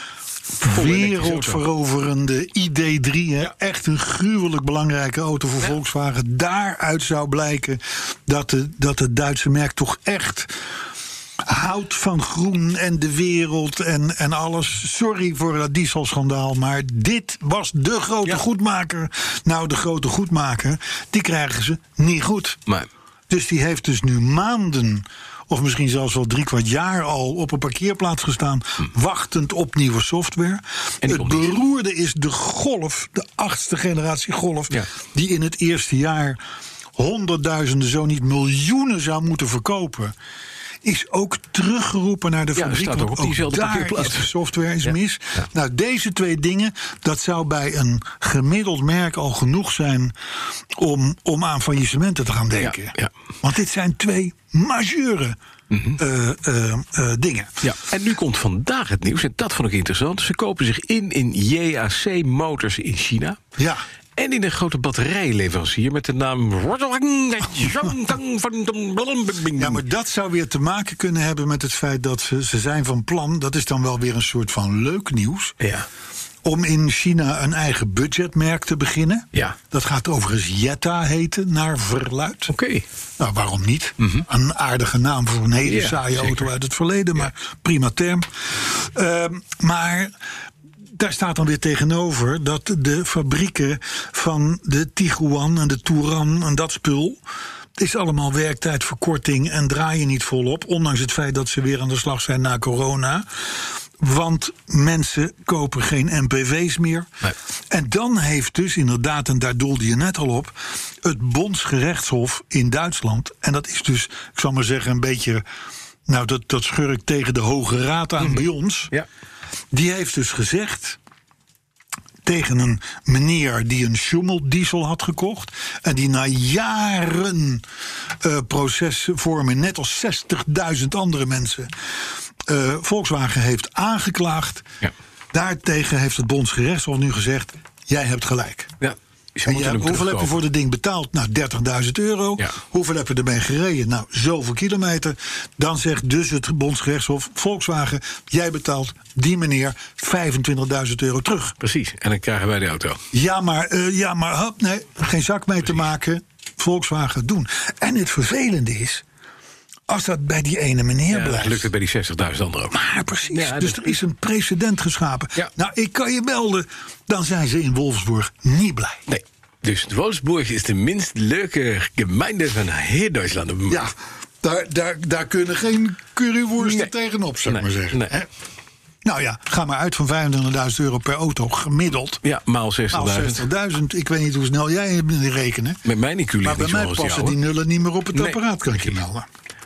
wereldveroverende I D drie. Hè? Ja. Echt een gruwelijk belangrijke auto voor ja. Volkswagen. Daaruit zou blijken dat de, dat het Duitse merk toch echt houdt van groen en de wereld en, en alles. Sorry voor dat dieselschandaal, maar dit was de grote ja. goedmaker. Nou, de grote goedmaker, die krijgen ze niet goed. Maar. Dus die heeft dus nu maanden, of misschien zelfs wel drie kwart jaar al op een parkeerplaats gestaan, hm. wachtend op nieuwe software. En het beroerde is de Golf, de achtste generatie Golf, ja. die in het eerste jaar honderdduizenden, zo niet miljoenen zou moeten verkopen, is ook teruggeroepen naar de ja, fabriek. Staat ook op diezelfde daar is de software is ja. mis. Ja. Nou, deze twee dingen, dat zou bij een gemiddeld merk al genoeg zijn om, om aan faillissementen te gaan denken. Ja, ja. Want dit zijn twee majeure mm-hmm. uh, uh, uh, dingen. Ja. En nu komt vandaag het nieuws, en dat vond ik interessant. Ze kopen zich in in J A C Motors in China. Ja. En in een grote batterijleverancier met de naam. Ja, maar dat zou weer te maken kunnen hebben met het feit dat ze, ze zijn van plan. Dat is dan wel weer een soort van leuk nieuws. Ja. Om in China een eigen budgetmerk te beginnen. Ja. Dat gaat overigens Jetta heten, naar verluid. Oké. Okay. Nou, waarom niet? Mm-hmm. Een aardige naam voor een hele ja, saaie zeker. auto uit het verleden, ja. maar prima term. Uh, maar daar staat dan weer tegenover dat de fabrieken van de Tiguan en de Touran en dat spul, het is allemaal werktijdverkorting en draaien niet volop, ondanks het feit dat ze weer aan de slag zijn na corona. Want mensen kopen geen M P V's meer. Nee. En dan heeft dus inderdaad, en daar doelde je net al op, het Bondsgerechtshof in Duitsland, en dat is dus, ik zal maar zeggen, een beetje, nou, dat, dat schurk tegen de Hoge Raad aan mm-hmm. bij ons. Ja. Die heeft dus gezegd tegen een meneer die een Schumel-diesel had gekocht en die na jaren uh, procesvorming, net als zestigduizend andere mensen, uh, Volkswagen heeft aangeklaagd. Ja. Daartegen heeft het Bondsgerechtshof nu gezegd, jij hebt gelijk. Ja. En ja, hoeveel heb je voor dit ding betaald? Nou, dertigduizend euro. Ja. Hoeveel heb je ermee gereden? Nou, zoveel kilometer. Dan zegt dus het Bondsgerechtshof, Volkswagen, jij betaalt die meneer vijfentwintigduizend euro terug. Precies, en dan krijgen wij de auto. Ja, maar, uh, ja, maar hop, nee, geen zak mee Precies. te maken. Volkswagen doen. En het vervelende is, als dat bij die ene meneer ja, blijft, lukt het bij die zestigduizend anderen ook. Maar precies, ja, dus er is een precedent geschapen. Ja. Nou, ik kan je melden, dan zijn ze in Wolfsburg niet blij. Nee, dus Wolfsburg is de minst leuke gemeente van heel Duitsland. Ja, daar, daar, daar kunnen geen curryworsten nee. tegenop, zou ik nee. maar zeggen. Nee. Hè? Nou ja, ga maar uit van vijfentwintigduizend euro per auto, gemiddeld. Ja, maal zestigduizend. zestigduizend. Ik weet niet hoe snel jij hebt rekenen. Met mij niet Maar bij mij passen jou, die nullen niet meer op het nee. apparaat, kan ik je melden.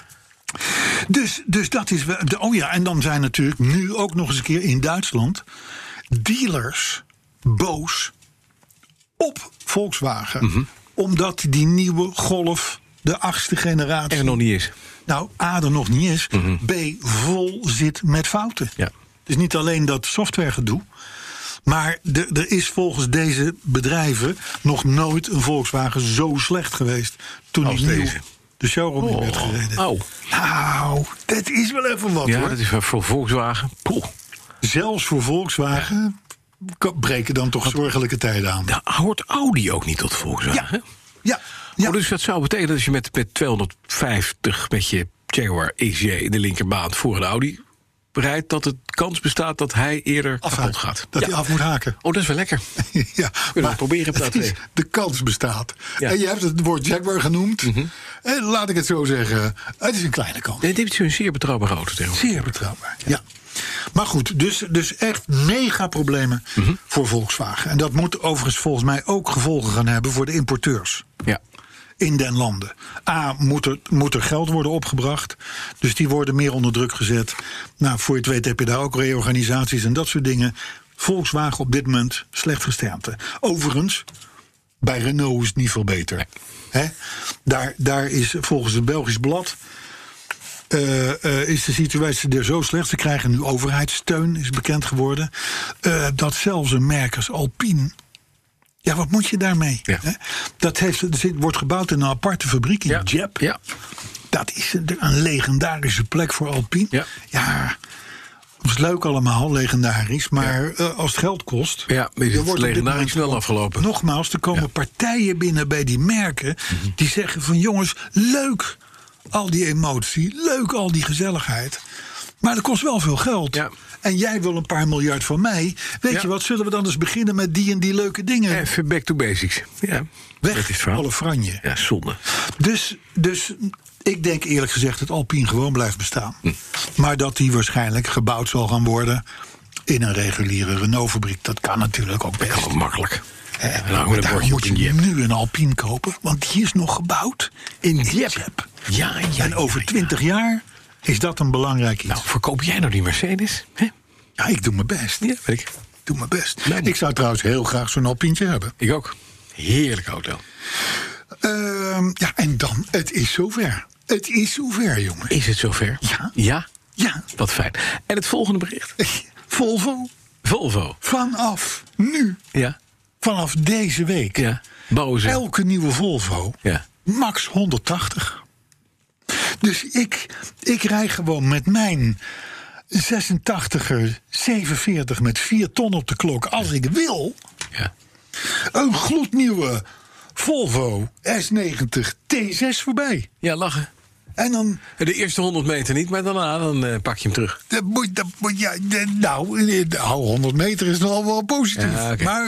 Dus, dus dat is wel. Oh ja, en dan zijn natuurlijk nu ook nog eens een keer in Duitsland dealers boos op Volkswagen. Mm-hmm. Omdat die nieuwe Golf, de achtste generatie, er nog niet is. Nou, A, er nog niet is. Mm-hmm. B, vol zit met fouten. Ja. Dus niet alleen dat softwaregedoe. Maar de, er is volgens deze bedrijven nog nooit een Volkswagen zo slecht geweest toen als die nieuw deze. de showroom in oh, werd gereden. Oh. Nou, dat is wel even wat, ja, hoor. Dat is voor Volkswagen. Poeh. Zelfs voor Volkswagen ja. breken dan toch zorgelijke tijden aan. Ja, hoort Audi ook niet tot Volkswagen? Ja. ja. ja. Oh, dus dat zou betekenen dat als je met, met tweehonderdvijftig met je Jaguar X J in de linkerbaan voor een Audi rijdt, dat het kans bestaat dat hij eerder Afhaak, kapot gaat. Dat ja. hij af moet haken. Oh, dat is wel lekker. ja, kunnen we proberen op dat is, de kans bestaat. Ja. En je hebt het woord Jaguar genoemd. Mm-hmm. En laat ik het zo zeggen, het is een kleine kans. Nee, dit is een zeer betrouwbare auto tegenwoordig. Zeer betrouwbaar, ja. ja. Maar goed, dus, dus echt mega problemen mm-hmm. voor Volkswagen. En dat moet overigens volgens mij ook gevolgen gaan hebben voor de importeurs. Ja. In den landen. A, moet er, moet er geld worden opgebracht. Dus die worden meer onder druk gezet. Nou, voor je het weet heb je daar ook reorganisaties en dat soort dingen. Volkswagen op dit moment slecht gesternte. Overigens, bij Renault is het niet veel beter. Nee. Hè? Daar, daar is volgens het Belgisch Blad Uh, uh, is de situatie er zo slecht. Ze krijgen nu overheidssteun, is bekend geworden. Uh, dat zelfs een merk als Alpine. Ja, wat moet je daarmee? Ja. Hè? Dat heeft, het wordt gebouwd in een aparte fabriek in ja. Jep. Ja. Dat is een legendarische plek voor Alpine. Ja. ja, Dat is leuk allemaal, legendarisch. Maar ja. uh, als het geld kost... Ja, maar is het legendarisch snel afgelopen. Nogmaals, er komen ja. partijen binnen bij die merken... Mm-hmm. die zeggen van jongens, leuk al die emotie. Leuk al die gezelligheid. Maar dat kost wel veel geld. Ja. En jij wil een paar miljard van mij. Weet ja. je wat, zullen we dan eens beginnen met die en die leuke dingen? Even back to basics. Ja. Weg, dat is alle franje. Ja, zonde. Dus, dus ik denk eerlijk gezegd dat Alpine gewoon blijft bestaan. Hm. Maar dat die waarschijnlijk gebouwd zal gaan worden in een reguliere Renault-fabriek. Dat kan natuurlijk ook best. Dat kan makkelijk. Eh, nou, daarom moet je nu een Alpine kopen, want die is nog gebouwd in Dieppe. Ja, ja, en over ja, ja. twintig jaar is dat een belangrijk iets. Nou, verkoop jij nou die Mercedes? Hè? Ja, ik doe mijn best. Ja, weet ik. Doe mijn best. Nee, ik zou trouwens heel graag zo'n Alpientje hebben. Ik ook. Heerlijke auto. Uh, ja, en dan, het is zover. Het is zover, jongen. Is het zover? Ja. Ja? Ja. Wat fijn. En het volgende bericht? Volvo. Volvo. Vanaf nu. Ja. Vanaf deze week. Ja. Bouwen ze. Elke nieuwe Volvo. Ja. Max honderdtachtig. Dus ik, ik rij gewoon met mijn zesentachtiger zevenenveertig met vier ton op de klok als ik wil. Ja. Een gloednieuwe Volvo S negentig T zes voorbij. Ja, lachen. En dan, de eerste honderd meter niet, maar daarna dan uh, pak je hem terug. Dat moet, dat moet, ja, de, nou, nou, honderd meter is nog wel positief. Ja, okay. Maar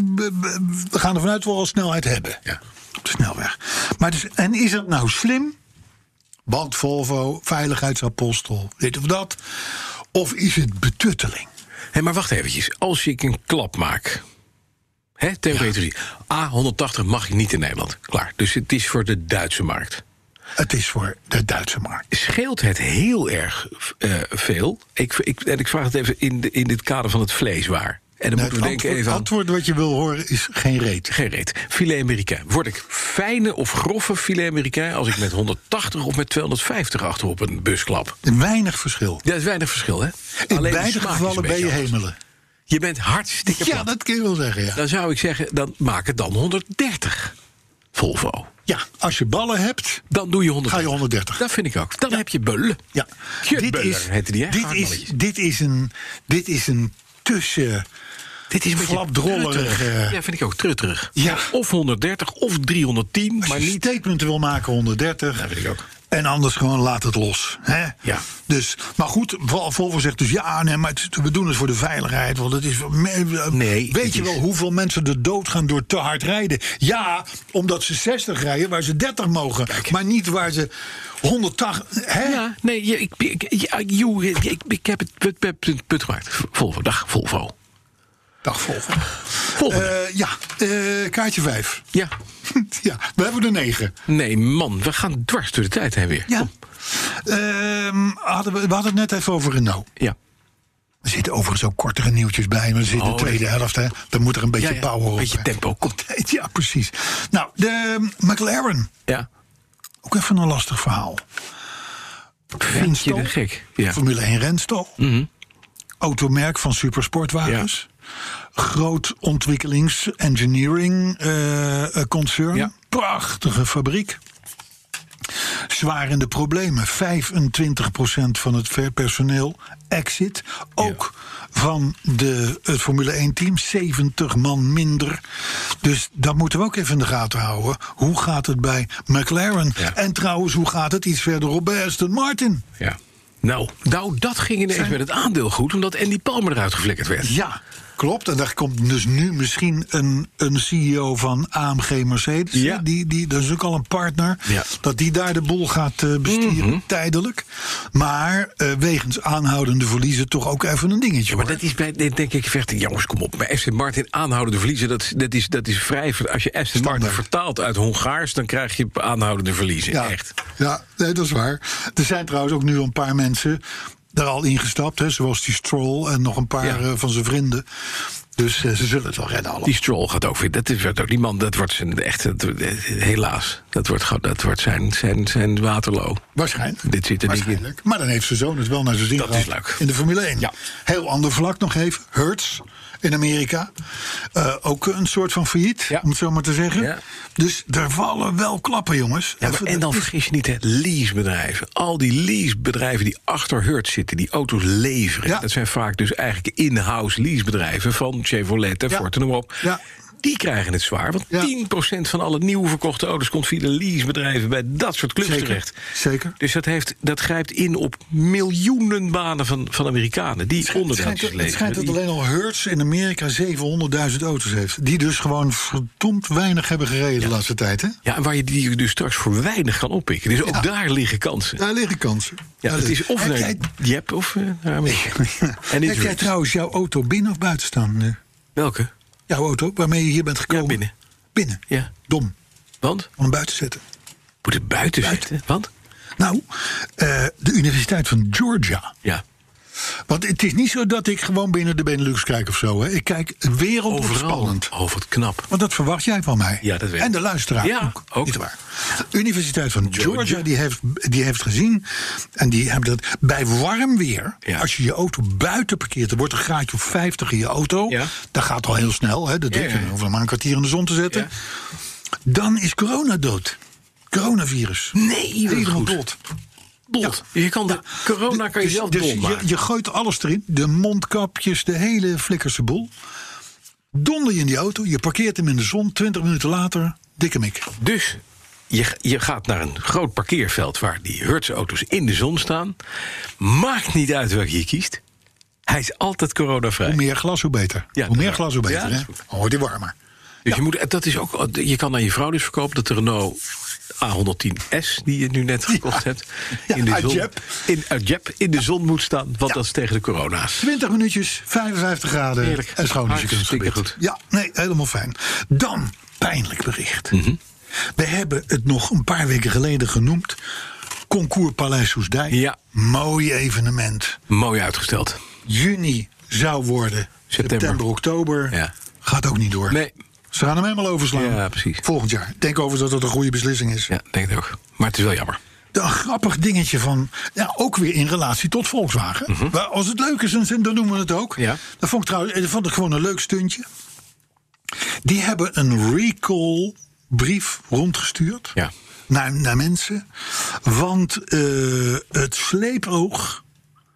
we gaan er vanuit dat we al snelheid hebben. Ja. Op de snelweg. Maar dus, en is het nou slim? Want Volvo, veiligheidsapostel, weet of dat? Of is het betutteling? Hé, maar wacht eventjes. Als ik een klap maak... Hè, theoretisch. Ja. A, honderdtachtig mag je niet in Nederland. Klaar. Dus het is voor de Duitse markt. Het is voor de Duitse markt. Scheelt het heel erg uh, veel? Ik, ik, en ik vraag het even in, de, in dit kader van het vlees waar. En dan nee, moeten we het denken antwoord, even aan... antwoord wat je wil horen is geen reet. Geen reet. Filet américain. Word ik fijne of grove filet américain als ik met honderdtachtig of met tweehonderdvijftig achterop een bus klap? Weinig verschil. Ja, dat is weinig verschil, hè? In Alleen beide gevallen ben je hemelen. Je bent hartstikke plat. Ja, dat kun je wel zeggen, ja. Dan zou ik zeggen, dan maak het dan honderddertig. Volvo. Ja, als je ballen hebt, dan doe je honderddertig. Ga je honderddertig. Dat vind ik ook. Dan ja. heb je beulen. Ja. Dit is, heette die, hè? Dit, is, dit, is een, dit is een tussen... Dit is een flapdrollerige... Ja, vind ik ook trutterig. Ja. Of honderddertig of driehonderdtien. Als maar je niet... statementen wil maken, honderddertig. Dat vind ik ook. En anders gewoon laat het los. Hè? Ja. Dus, maar goed, Volvo zegt dus ja, nee, maar het, we doen het voor de veiligheid. Want het is. Nee, weet het je is... wel hoeveel mensen er doodgaan door te hard rijden? Ja, omdat ze zestig rijden waar ze dertig mogen. Kijk. Maar niet waar ze honderdtachtig. Hè? Ja, nee, ik, ik, ja, you, ik, ik, ik heb het punt, punt gemaakt. Volvo, dag Volvo. Dag Volvo. Volgende. Uh, ja, uh, kaartje vijf. Ja. Ja, we hebben er negen. Nee, man, we gaan dwars door de tijd heen weer. Ja. Uh, hadden we, we hadden het net even over Renault. Ja. Er zitten overigens ook kortere nieuwtjes bij. Maar er zit oh, de tweede nee. helft, hè. Dan moet er een beetje ja, ja, power op. Een beetje tempo komt. Ja, precies. Nou, de McLaren. Ja. Ook even een lastig verhaal. Vind je dat gek? Ja. Formule één renstal. Mm-hmm. Automerk van supersportwagens. Ja. Groot ontwikkelings engineering uh, concern. Ja. Prachtige fabriek. Zwaar in de problemen. vijfentwintig procent van het personeel exit. Ook ja. van de, het Formule één team. zeventig man minder. Dus dat moeten we ook even in de gaten houden. Hoe gaat het bij McLaren? Ja. En trouwens, hoe gaat het iets verderop bij Aston Martin? Ja. Nou, nou, dat ging ineens Zijn... met het aandeel goed, omdat Andy Palmer eruit geflikkerd werd. Ja, klopt. En daar komt dus nu misschien een, een C E O van A M G Mercedes. Ja. Die, die, dat is ook al een partner. Ja. Dat die daar de boel gaat uh, bestieren, mm-hmm. tijdelijk. Maar uh, wegens aanhoudende verliezen toch ook even een dingetje. Ja, maar hoor. Dat is bij, denk ik, vechten. Jongens, kom op. Bij Aston Martin aanhoudende verliezen, dat, dat, is, dat is vrij. Als je Aston Martin vertaalt uit Hongaars, dan krijg je aanhoudende verliezen. Ja. Echt. Ja, nee, dat is waar. Er zijn trouwens ook nu een paar mensen daar al ingestapt, hè, zoals die Stroll en nog een paar ja. uh, van zijn vrienden. Dus uh, ze zullen het wel redden allemaal. Die Stroll gaat ook weer. Dat is ook die man, dat wordt zijn echt, helaas. Dat wordt, gewoon- dat wordt zijn, zijn, zijn Waterloo. Waarschijnlijk. Dit zit er niet in. Waarschijnlijk. Maar dan heeft zijn zoon het wel naar zijn zin Dat gehad is leuk. in de Formule één. Ja. Heel ander vlak nog even. Hertz in Amerika. Uh, ook een soort van failliet, Ja. om het zo maar te zeggen. Ja. Dus daar vallen wel klappen, jongens. Ja, maar, Even- en dan vergis je niet, hè, leasebedrijven. Al die leasebedrijven die achter Hertz zitten, die auto's leveren. Ja. Dat zijn vaak dus eigenlijk in-house leasebedrijven van Chevrolet en Ja. Ford en noem maar op. Ja. Die krijgen het zwaar, want Ja. tien procent van alle nieuw verkochte auto's komt via de leasebedrijven bij dat soort clubs Zeker. terecht. Zeker. Dus dat, heeft, dat grijpt in op miljoenen banen van, van Amerikanen die Het schijnt, onderdeeltjes het schijnt dat leveren. alleen al Hertz in Amerika zevenhonderdduizend auto's heeft. Die dus gewoon verdomd weinig hebben gereden de laatste tijd. Hè? Ja, en waar je die dus straks voor weinig kan oppikken. Dus ook Ja. daar liggen kansen. Daar liggen kansen. Ja, Daar het is liggen- of Heb naar jij- Jep of uh, naar Amerika. En Heb niet jij Hertz. trouwens jouw auto binnen of buiten staan nu? Welke? Jouw auto, waarmee je hier bent gekomen? Ja, binnen. Binnen. Ja. Dom. Want? Om hem buiten te zetten. Moet het buiten, Buiten. zitten? Want? Nou, eh, de Universiteit van Georgia. Ja. Want het is niet zo dat ik gewoon binnen de Benelux kijk of zo. Hè. Ik kijk wereld Overal. spannend. Oh, wat knap. Want dat verwacht jij van mij. Ja, dat weet En ik. de luisteraar Ja, ook. ook. Niet waar. De Universiteit van Georgia, Georgia. die, heeft, die heeft gezien. En die hebben dat bij warm weer. Ja. Als je je auto buiten parkeert. Er wordt een graadje of vijftig in je auto. Ja. Dat gaat al heel snel. Hè, dat Ja, druk ja, je ja. over maar een kwartier in de zon te zetten. Ja. Dan is corona dood. Coronavirus. Nee, wat helemaal goed. dood. Dot. Je kan de corona kan je Dus- zelf dus dol je, maken. je gooit alles erin. De mondkapjes, de hele flikkerse boel. Donder je in die auto. Je parkeert hem in de zon. twintig minuten later, dikke mik. Dus je, je gaat naar een groot parkeerveld waar die Hertz-auto's in de zon staan. Maakt niet uit welke je kiest. Hij is altijd coronavrij. Hoe meer glas, hoe beter. Ja, hoe meer dat- glas, hoe beter. ja, dat hè? is goed. Dan wordt hij warmer. Dus je, moet, dat is ook, je kan aan je vrouw dus verkopen dat de Renault A honderdtien S, die je nu net gekocht hebt, Ja, in de uit zon, Jep. in, uit Jep, in de zon moet staan. Want Ja. dat is tegen de corona's. twintig minuutjes, vijfenvijftig graden. Heerlijk. En schoon is je Hartstikke kunstgebied. goed. Ja, nee, helemaal fijn. Dan, pijnlijk bericht. Mhm. We hebben het nog een paar weken geleden genoemd. Concours Paleis Soesdijk. Ja. Mooi evenement. Mooi uitgesteld. Juni zou worden. September. September, oktober. Ja. Gaat ook niet door. Nee. Ze gaan hem helemaal overslaan. Ja, precies. Volgend jaar. Ik denk overigens dat dat een goede beslissing is. Ja, denk ik ook. Maar het is wel jammer. Een grappig dingetje van, ja, ook weer in relatie tot Volkswagen. Mhm. Maar als het leuk is, dan dan doen we het ook. Ja. Dat vond ik trouwens, dat vond ik gewoon een leuk stuntje. Die hebben een recall brief rondgestuurd Ja. naar, naar mensen. Want eh, het sleepoog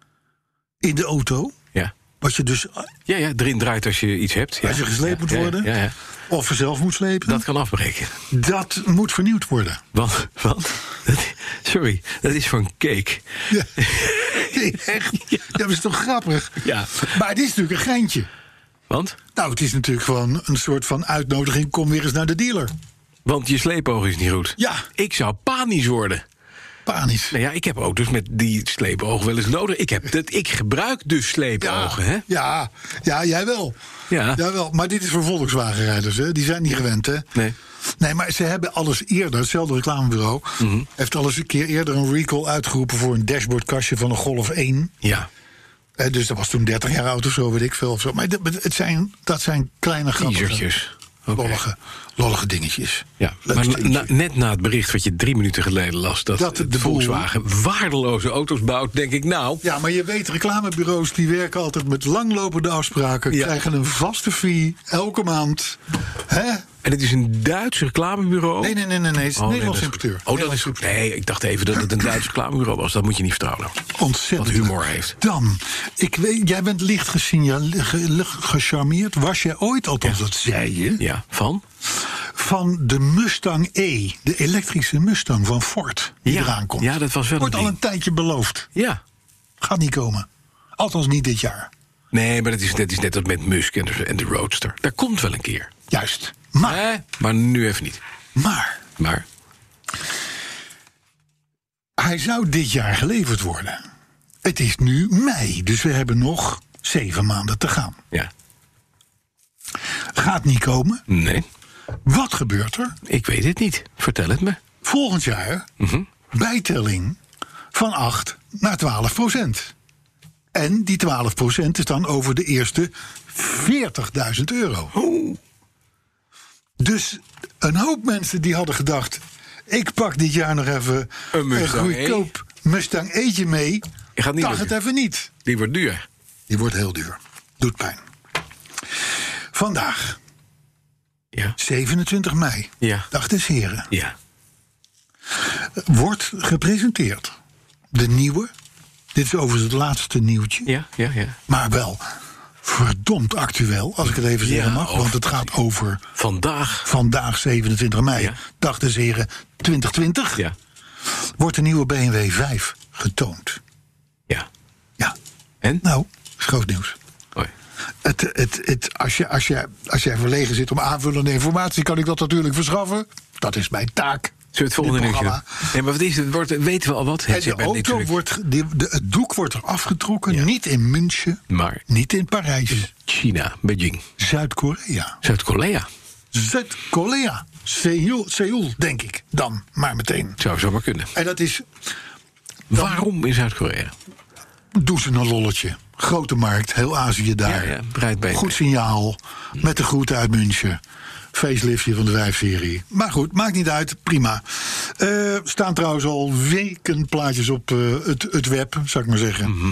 in de auto, Ja. wat je dus Ja, ja, erin draait als je iets hebt. Ja. als je gesleept Ja, moet ja, worden, Ja, ja. of er zelf moet slepen, Dat kan afbreken. dat moet vernieuwd worden. Want, want dat, sorry, dat is van cake. Ja. Nee, echt? Ja, dat is toch grappig? Ja. Maar het is natuurlijk een geintje. Want? Nou, het is natuurlijk gewoon een soort van uitnodiging. Kom weer eens naar de dealer. Want je sleepoog is niet goed. Ja. Ik zou panisch worden. Panisch. Nou ja, ik heb auto's met die sleepoog wel eens nodig. Ik, heb dat, ik gebruik dus sleepogen, hè? ja, ja, jij wel. Ja. Jawel. Maar dit is voor Volkswagen-rijders, hè? Die zijn niet gewend, hè? Nee. Nee, maar ze hebben alles eerder, hetzelfde reclamebureau, Mhm. heeft alles een keer eerder een recall uitgeroepen voor een dashboardkastje van een Golf één. Ja. Eh, dus dat was toen dertig jaar oud of zo, weet ik veel. Of zo. Maar dat, het zijn, dat zijn kleine grappige, Teasertjes. Oké. lollige, lollige dingetjes. Ja, Leuk maar stuntje. na- net na het bericht wat je drie minuten geleden las... dat, Dat de de boel- Volkswagen waardeloze auto's bouwt, denk ik nou... Ja, maar je weet, reclamebureaus die werken altijd met langlopende afspraken. Ja. Krijgen een vaste fee elke maand. Hè? En het is een Duits reclamebureau? Nee, nee, nee, nee, nee. Het is een Oh, Nederlands nee, dat is importeur. goed. Oh, dat is goed. Nee, ik dacht even dat het een Duits reclamebureau was. Dat moet je niet vertrouwen. Ontzettend. Wat humor leuk. heeft. Dan, ik weet, jij bent licht gesignale- ge- gecharmeerd. Was jij ooit, althans dat zei je, Ja, van? van de Mustang E, de elektrische Mustang van Ford, die Ja, eraan komt. ja, dat was wel Wordt een al ding. een tijdje beloofd. Ja. Gaat niet komen. Althans niet dit jaar. Nee, maar dat is, dat is net als met Musk en de, en de Roadster. Daar komt wel een keer. Juist. Maar, Eh, maar nu even niet. maar, Maar, hij zou dit jaar geleverd worden. Het is nu mei, dus we hebben nog zeven maanden te gaan. ja. Gaat niet komen. Nee, Wat gebeurt er? ik weet het niet. Vertel het me. Volgend jaar Mhm. bijtelling van acht naar twaalf procent. En die twaalf procent is dan over de eerste veertigduizend euro. Dus een hoop mensen die hadden gedacht... ik pak dit jaar nog even Een Mustang goedkoop Mustang E'tje mee. Je gaat niet Dacht het lukken. even niet. Die wordt duur. Die wordt heel duur. Doet pijn. Vandaag, Ja. zevenentwintig mei, Ja. dag des heren, Ja. wordt gepresenteerd de nieuwe. Dit is overigens het laatste nieuwtje. Ja, ja, ja. Maar wel verdomd actueel, als ik het even zeggen Ja, mag. oh, Want het gaat over Vandaag. vandaag, zevenentwintig mei, Ja. dag des heren twintig twintig. Ja. Wordt de nieuwe B M W vijf getoond. Ja. Ja, En? nou, is groot nieuws. Hoi. Het, het, het, als, je, als, je, als jij verlegen zit om aanvullende informatie, kan ik dat natuurlijk verschaffen. Dat is mijn taak. Zullen we het volgende Dit nieuwtje doen? programma. Nee, maar wat is het? Wordt, weten we al wat? En Het de bent auto natuurlijk- wordt, de, de, het doek wordt er afgetrokken. Ja. Niet in München, Maar niet in Parijs. China, Beijing, Zuid-Korea. Zuid-Korea. Zuid-Korea. Seoul, Seoul, denk ik dan, maar meteen. Zou zomaar kunnen. En dat is, Waarom in Zuid-Korea? doe ze een lolletje. Grote markt, heel Azië daar. Ja, ja, breid B M W. Goed signaal, met de groeten uit München. Faceliftje van de vijf-serie. Maar goed, maakt niet uit, prima. Uh, staan trouwens al weken plaatjes op uh, het, het web, zou ik maar zeggen. Mhm.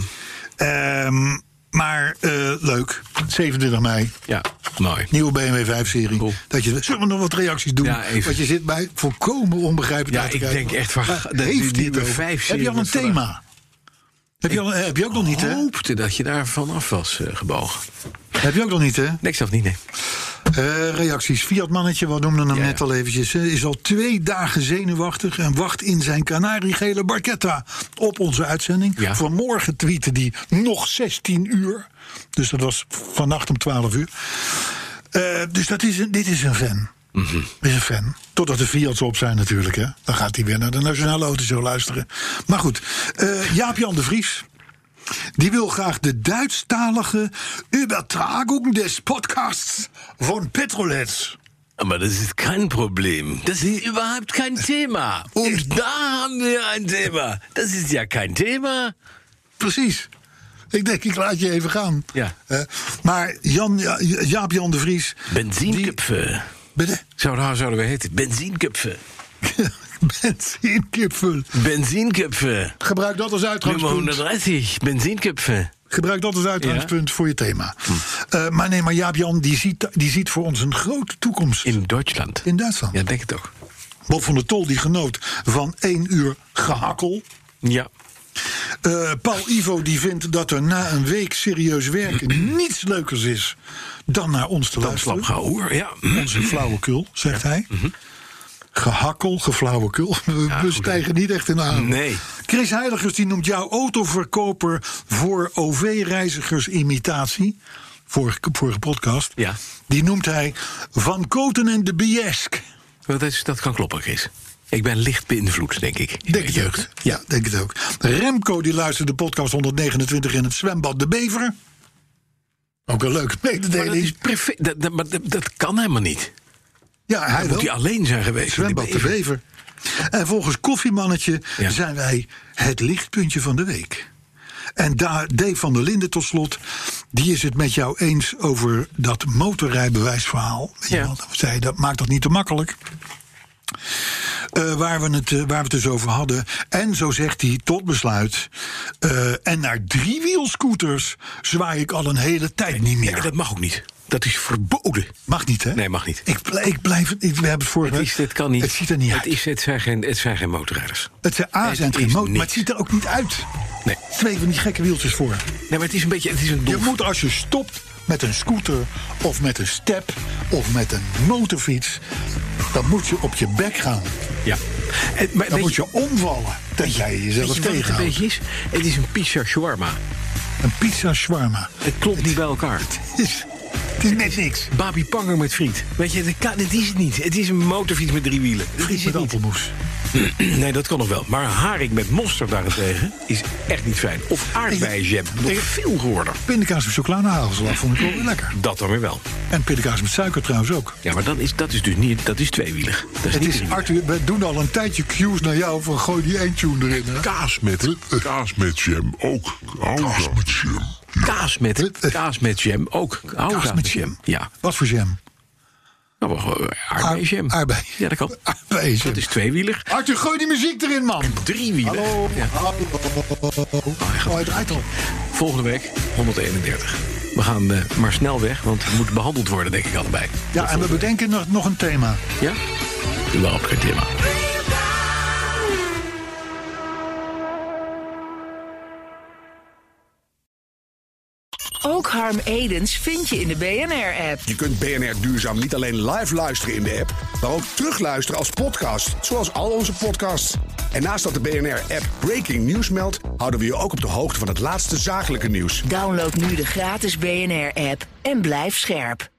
Um, maar uh, leuk, zevenentwintig mei, Ja, mooi. nieuwe B M W vijf-serie. Cool. Dat je, zullen we nog wat reacties doen? Ja, even. Want je zit bij volkomen onbegrijpelijk Ja, uit te ik kijken. denk echt van, Waar dat heeft die hij nieuwe het over? vijf-serie Heb je al een was vandaag- thema? Heb je, al, heb je ook nog niet, hè? Ik hoopte dat je daar vanaf was uh, gebogen. Heb je ook nog niet, hè? Nee, ik zelf niet, nee. Uh, reacties. Fiat-mannetje, we noemden hem Ja, net ja. al eventjes. uh, Is al twee dagen zenuwachtig en wacht in zijn kanariegele barchetta op onze uitzending. Ja. Vanmorgen tweette die nog zestien uur. Dus dat was vannacht om twaalf uur. Uh, dus dat is een, dit is een fan. Mhm. Is een fan. Totdat de Fiat's op zijn natuurlijk. Hè. Dan gaat hij weer naar de Nationale Autoshow luisteren. Maar goed, uh, Jaap-Jan de Vries. Die wil graag de Duitsstalige Übertragung des Podcasts von Petrolheads. Aber das ist kein Problem. Das ist überhaupt kein Thema. Und da haben wir ein Thema. Das ist ja kein Thema. Precies. Ik denk, ik laat je even gaan. Ja. Uh, maar Jan, ja, Jaap-Jan de Vries... Benzinköpfe. Bitte? Zo, daar zouden we heten. Benzinköpfe. Benzinkipfel. Benzinköpfe. Gebruik dat als Nummer uitgangspunt. honderddertig. Benzinköpfe. Gebruik dat als uitgangspunt voor je thema. Uh, maar nee, maar Jaap-Jan die ziet, die ziet voor ons een grote toekomst in, In Duitsland. Duitsland. Ja, denk het ook. Bob van der Tol die genoot van één uur gehakkel. Ja. Uh, Paul Ivo die vindt dat er na een week serieus werken niets leukers is dan naar ons te Dan luisteren. slapgehoer, ja. Onze flauwekul, zegt hij. Gehakkel, geflauwekul. We, we goed, stijgen niet echt in de aan. Nee. Chris Heiligers die noemt jou autoverkoper voor O V-reizigersimitatie. Vorige, vorige podcast. Ja. Die noemt hij Van Koten en de Biesk. Dat, is, dat kan kloppen, Chris. Ik ben licht beïnvloed, denk ik. in Denk mijn het jeugd. ook. Ja, denk het ook. Remco die luistert de podcast honderdnegenentwintig in het zwembad De Bever. Ook een leuke Maar dat, mededeling. is perfect, dat, dat, maar dat, dat kan helemaal niet. Ja, hij Dan wel. moet hij alleen zijn geweest. Zwembad Die De bever. Bever. En volgens Koffiemannetje Ja. zijn wij het lichtpuntje van de week. En daar Dave van der Linden tot slot, die is het met jou eens over dat motorrijbewijsverhaal. Weet je Ja. wel, dat zei, dat maakt dat niet te makkelijk. Uh, waar, we het, uh, waar we het dus over hadden. En zo zegt hij tot besluit. Uh, en naar driewielscooters zwaai ik al een hele tijd niet meer. Nee, dat mag ook niet. Dat is verboden. Mag niet, hè? Nee, mag niet. Ik, bl- ik blijf het. Ik, we hebben het vorige Het, is, het kan niet. Het ziet er niet het uit. Is, het, zijn geen, het zijn geen motorrijders. Het zijn A, Het zijn het geen is motor, maar niks. het ziet er ook niet uit. Nee. Twee van die gekke wieltjes voor. Nee, maar het is een beetje. Het is een Je dof. moet als je stopt met een scooter of met een step of met een motorfiets, dan moet je op je bek gaan. Ja. En, maar Dan weet moet je omvallen, tenzij je weet jezelf je wat het een tegenhoudt. beetje is? Het is een pizza shawarma. Een pizza shawarma. Het klopt niet bij elkaar. Het is, het is net niks. Babi Panger met friet. Weet je, dat, kan, dat is het niet. Het is een motorfiets met drie wielen. Dat Friet is met het niet. appelmoes. Nee, dat kan nog wel. Maar haring met mosterd daarentegen is echt niet fijn. Of aardbeienjam. Nog Ik- veel gehoorder. Pindakaas met chocoladehagelslag vond ik wel weer lekker. Dat dan weer wel. En pindakaas met suiker trouwens ook. Ja, maar dan is, dat is dus niet, dat is tweewielig. Dat is Het niet is, driewielig. Arthur, we doen al een tijdje cues naar jou van gooi die één tune erin. Hè? Kaas met, kaas met jam ook. Kaas met jam. Kaas met, kaas met jam ook. Hou Kaas met jam. Ja. Wat voor jam? Nou, aardbeienjam. Aardbei. Ja, dat kan. Aardbeienjam. Dat is tweewieler. Arthur, gooi die muziek erin, man. Driewieler. Hallo. Ja. Hallo. Oh, hij draait al. Volgende week honderdeenendertig. We gaan uh, maar snel weg, want het moet behandeld worden, denk ik allebei. Ja, en we bedenken nog, nog een thema. Ja? Überhaupt geen thema. Ook Harm Edens vind je in de B N R-app. Je kunt B N R Duurzaam niet alleen live luisteren in de app, maar ook terugluisteren als podcast, zoals al onze podcasts. En naast dat de B N R-app Breaking News meldt, houden we je ook op de hoogte van het laatste zakelijke nieuws. Download nu de gratis B N R-app en blijf scherp.